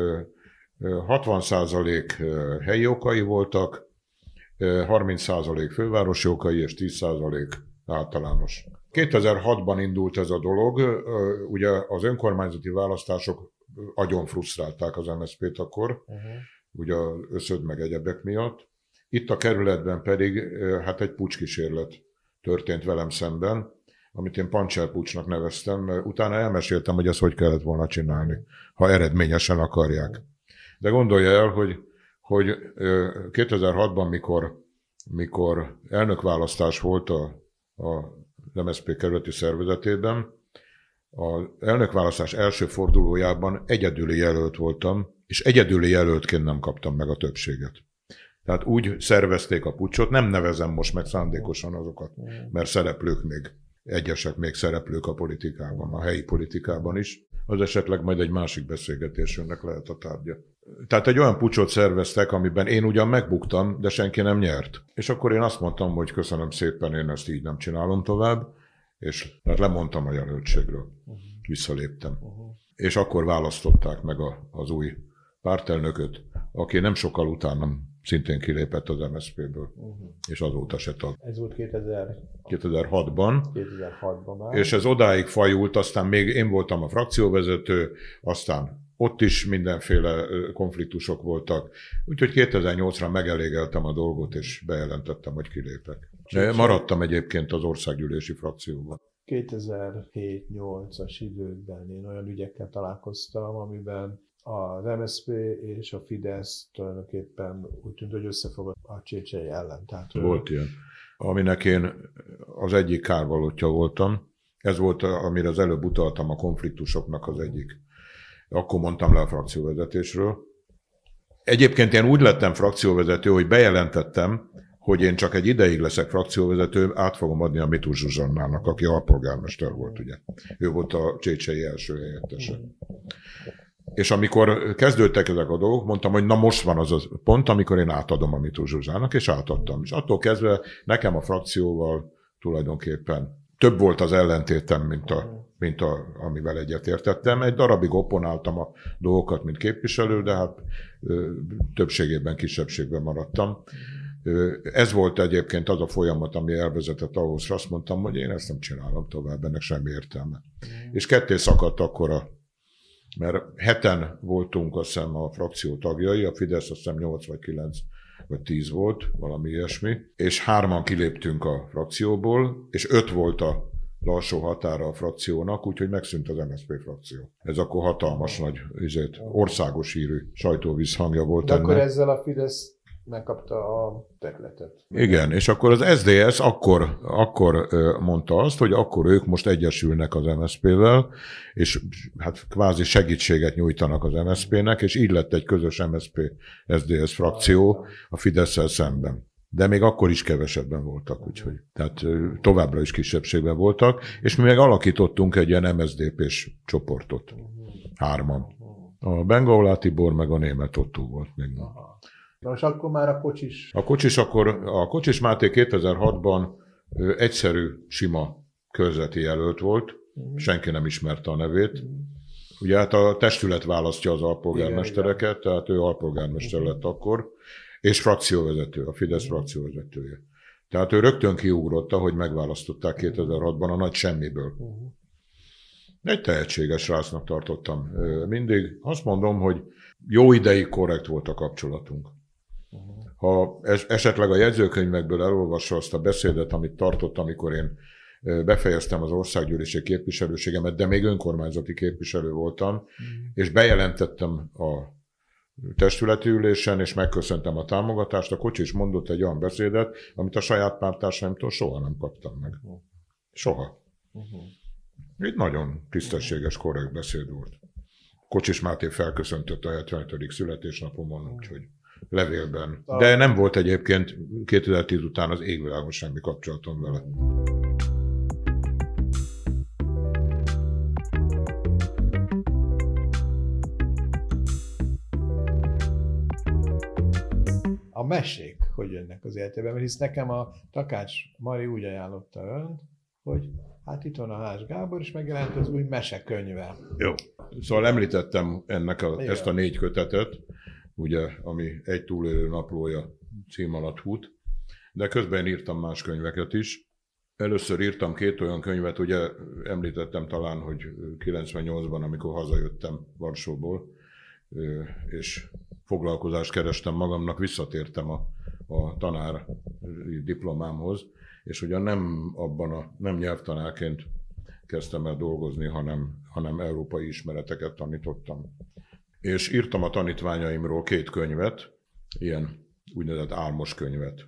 60% helyi okai voltak, 30% fővárosi okai és 10% általános. 2006-ban indult ez a dolog, ugye az önkormányzati választások agyon frusztrálták az MSZP-t akkor, ugye az összöd meg egyebek miatt. Itt a kerületben pedig hát egy pucskísérlet történt velem szemben, amit én pancserpucsnak neveztem, mert utána elmeséltem, hogy ezt hogy kellett volna csinálni, ha eredményesen akarják. De gondolja el, hogy 2006-ban, mikor elnökválasztás volt a az MSZP kerületi szervezetében. Az elnökválasztás első fordulójában egyedüli jelölt voltam, és egyedüli jelöltként nem kaptam meg a többséget. Tehát úgy szervezték a puccsot, nem nevezem most meg szándékosan azokat, mert szereplők még, egyesek még szereplők a politikában, a helyi politikában is. Az esetleg majd egy másik beszélgetésünknek lehet a tárgya. Tehát egy olyan puccsot szerveztek, amiben én ugyan megbuktam, de senki nem nyert. És akkor én azt mondtam, hogy köszönöm szépen, én ezt így nem csinálom tovább, és hát lemondtam a jelöltségről. Visszaléptem. És akkor választották meg az új pártelnököt, aki nem sokkal utánam szintén kilépett az MSZP-ből, és azóta se tag. Ez volt 2006-ban. 2006-ban már. És ez odáig fajult, aztán még én voltam a frakcióvezető, aztán ott is mindenféle konfliktusok voltak. Úgyhogy 2008-ra megelégeltem a dolgot, és bejelentettem, hogy kilépek. De maradtam egyébként az országgyűlési frakcióban. 2007-8-as időkben én olyan ügyekkel találkoztam, amiben az MSZP és a Fidesz tulajdonképpen úgy tűnt, hogy összefogott a Csécsei ellen. Tehát, volt ilyen. Aminek én az egyik kárvalótja voltam. Ez volt, amire az előbb utaltam, a konfliktusoknak az egyik. Akkor mondtam le a frakcióvezetésről. Egyébként én úgy lettem frakcióvezető, hogy bejelentettem, hogy én csak egy ideig leszek frakcióvezető, át fogom adni a Mitus Zsuzsannának, aki alpolgármester volt, ugye. Ő volt a Csécsei első helyettese. És amikor kezdődtek ezek a dolgok, mondtam, hogy na most van az a pont, amikor én átadom a Mitus Zsuzsának, és átadtam. És attól kezdve nekem a frakcióval tulajdonképpen több volt az ellentétem, mint amivel egyetértettem. Egy darabig opponáltam a dolgokat, mint képviselő, de hát többségében, kisebbségben maradtam. Ez volt egyébként az a folyamat, ami elvezetett ahhoz, azt mondtam, hogy én ezt nem csinálom tovább, ennek semmi értelme. És ketté szakadt akkora, mert 7-en voltunk, azt hiszem, a frakció tagjai, a Fidesz azt hiszem 8 vagy 9 vagy 10 volt, valami ilyesmi, és 3-an kiléptünk a frakcióból, és 5 volt az alsó határa a frakciónak, úgyhogy megszűnt az MSZP frakció. Ez akkor hatalmas nagy, országos hírű sajtóvízhangja volt de ennek. akkor ezzel a Fidesz megkapta a területet. Igen, és akkor az SZDSZ akkor mondta azt, hogy akkor ők most egyesülnek az MSZP-vel, és hát kvázi segítséget nyújtanak az MSZP-nek, és így lett egy közös MSZP-SZDSZ frakció a Fidesz-szel szemben. De még akkor is kevesebben voltak, úgyhogy. Tehát továbbra is kisebbségben voltak, és mi meg alakítottunk egy ilyen MSZDP-s csoportot. 3-an. A Bengaulá Tibor meg a Németh Ottó volt még. Na most akkor már a Kocsis... A Kocsis Máté 2006-ban egyszerű, sima körzeti jelölt volt, senki nem ismerte a nevét. Ugye hát a testület választja az alpolgármestereket, tehát ő alpolgármester lett akkor, és frakcióvezető, a Fidesz frakcióvezetője. Tehát ő rögtön kiugrott, hogy megválasztották 2006-ban a nagy semmiből. Egy tehetséges srácnak tartottam mindig. Azt mondom, hogy jó ideig korrekt volt a kapcsolatunk. Ha esetleg a jegyzőkönyvekből elolvassa azt a beszédet, amit tartott, amikor én befejeztem az országgyűlési képviselőségemet, de még önkormányzati képviselő voltam, és bejelentettem a testületi ülésen, és megköszöntem a támogatást, a Kocsis mondott egy olyan beszédet, amit a saját párttársaimtól soha nem kaptam meg. Soha. Egy nagyon tisztességes, korrekt beszéd volt. Kocsis Máté felköszöntött a 75. születésnapomon, úgyhogy levélben. De nem volt egyébként 2010 után az égvilágon semmi kapcsolatom vele. A mesék hogy jönnek az életében, mert hisz nekem a Takács Mari úgy ajánlotta önt, hogy hát itt van a Hárs Gábor, és megjelent az új mesekönyve. Jó. Szóval említettem ezt a 4 kötetet, ugye, ami Egy túlélő naplója cím alatt fut, de közben írtam más könyveket is. Először írtam 2 olyan könyvet, ugye említettem talán, hogy 98-ban, amikor hazajöttem Varsóból, és foglalkozást kerestem magamnak, visszatértem a tanár diplomámhoz, és ugye nem nyelvtanárként kezdtem el dolgozni, hanem európai ismereteket tanítottam. És írtam a tanítványaimról 2 könyvet, ilyen úgynevezett álmos könyvet.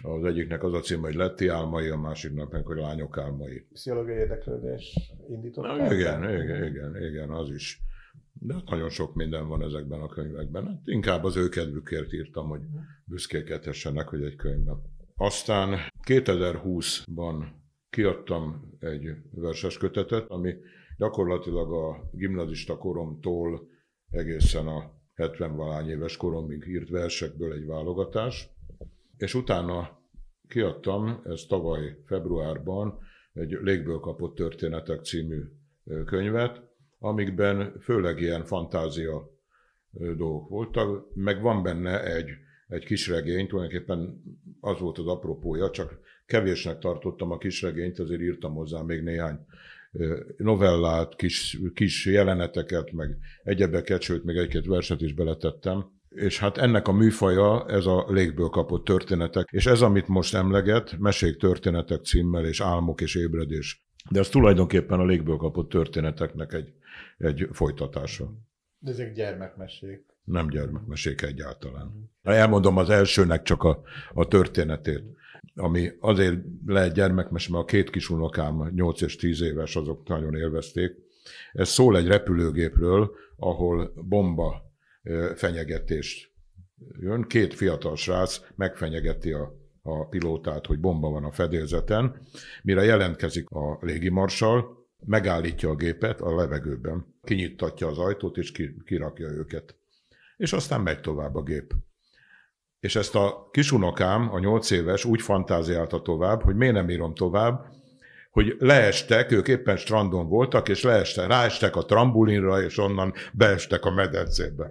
Az egyiknek az a cím, hogy Letti álmai, a másiknak meg, hogy Lányok álmai. Pszichológiai érdeklődés indított. Igen, az is. De nagyon sok minden van ezekben a könyvekben. Hát inkább az ő kedvükért írtam, hogy büszkélkedhessenek, hogy egy könyvben. Aztán 2020-ban kiadtam egy verses kötetet, ami gyakorlatilag a gimnazista koromtól egészen a 70-valány éves koromig írt versekből egy válogatás, és utána kiadtam, ez tavaly februárban, egy Légből kapott történetek című könyvet, amikben főleg ilyen fantázia dolgok voltak, meg van benne egy kisregény, tulajdonképpen az volt az apropója, csak kevésnek tartottam a kisregényt, azért írtam hozzá még néhány novellát, kis jeleneteket, meg egyebeket, sőt, még egy-két verset is beletettem. És hát ennek a műfaja, ez a Légből kapott történetek, és ez, amit most emleget, Mesék történetek címmel, és Álmok és ébredés. De ez tulajdonképpen a Légből kapott történeteknek egy folytatása. De ezek gyermekmesék. Nem gyermekmesék egyáltalán. Elmondom az elsőnek csak a történetét, ami azért lehet gyermekmese, mert a két kisunokám, 8 és 10 éves, azok nagyon élvezték. Ez szól egy repülőgépről, ahol bomba fenyegetést jön. Két fiatal srác megfenyegeti a pilótát, hogy bomba van a fedélzeten, mire jelentkezik a légimarsal, megállítja a gépet a levegőben, kinyittatja az ajtót, és kirakja őket. És aztán megy tovább a gép. És ezt a kisunokám, a 8 éves úgy fantáziálta tovább, hogy miért nem írom tovább, hogy leestek, ők éppen strandon voltak, és ráestek a trambulinra, és onnan beestek a medencébe.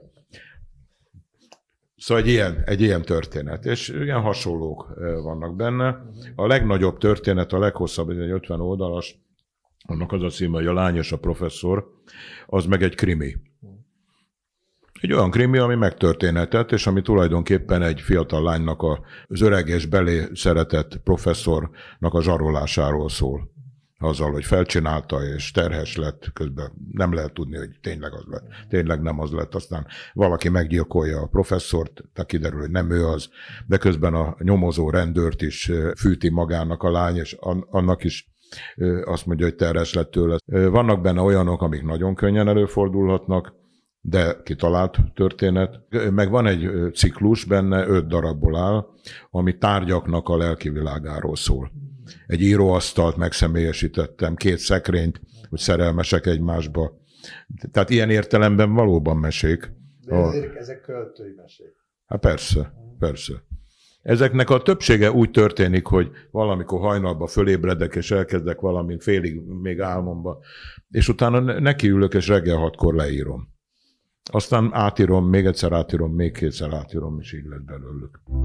Szóval egy ilyen történet, és ilyen hasonlók vannak benne. A legnagyobb történet, a leghosszabb, egy 50 oldalas, annak az a címe, hogy A lány és a professzor, az meg egy krimi. Egy olyan krimi, ami megtörténhetett, és ami tulajdonképpen egy fiatal lánynak az öreg és belé szeretett professzornak a zsarolásáról szól. Azzal, hogy felcsinálta, és terhes lett, közben nem lehet tudni, hogy tényleg az lett. Tényleg nem az lett. Aztán valaki meggyilkolja a professzort, tehát kiderül, hogy nem ő az, de közben a nyomozó rendőrt is fűti magának a lány, és annak is azt mondja, hogy terhes lett tőle. Vannak benne olyanok, amik nagyon könnyen előfordulhatnak, de kitalált történet. Meg van egy ciklus benne, 5 darabból áll, ami tárgyaknak a lelki világáról szól. Egy íróasztalt megszemélyesítettem, 2 szekrényt, hogy szerelmesek egymásba. Tehát ilyen értelemben valóban mesék. De ezek költői mesék. Hát persze. Ezeknek a többsége úgy történik, hogy valamikor hajnalban fölébredek, és elkezdek valamint félig még álmomba, és utána nekiülök, és reggel 6-kor leírom. Aztán átírom, még egyszer átírom, még 2-szer átírom, és így lett belőlük.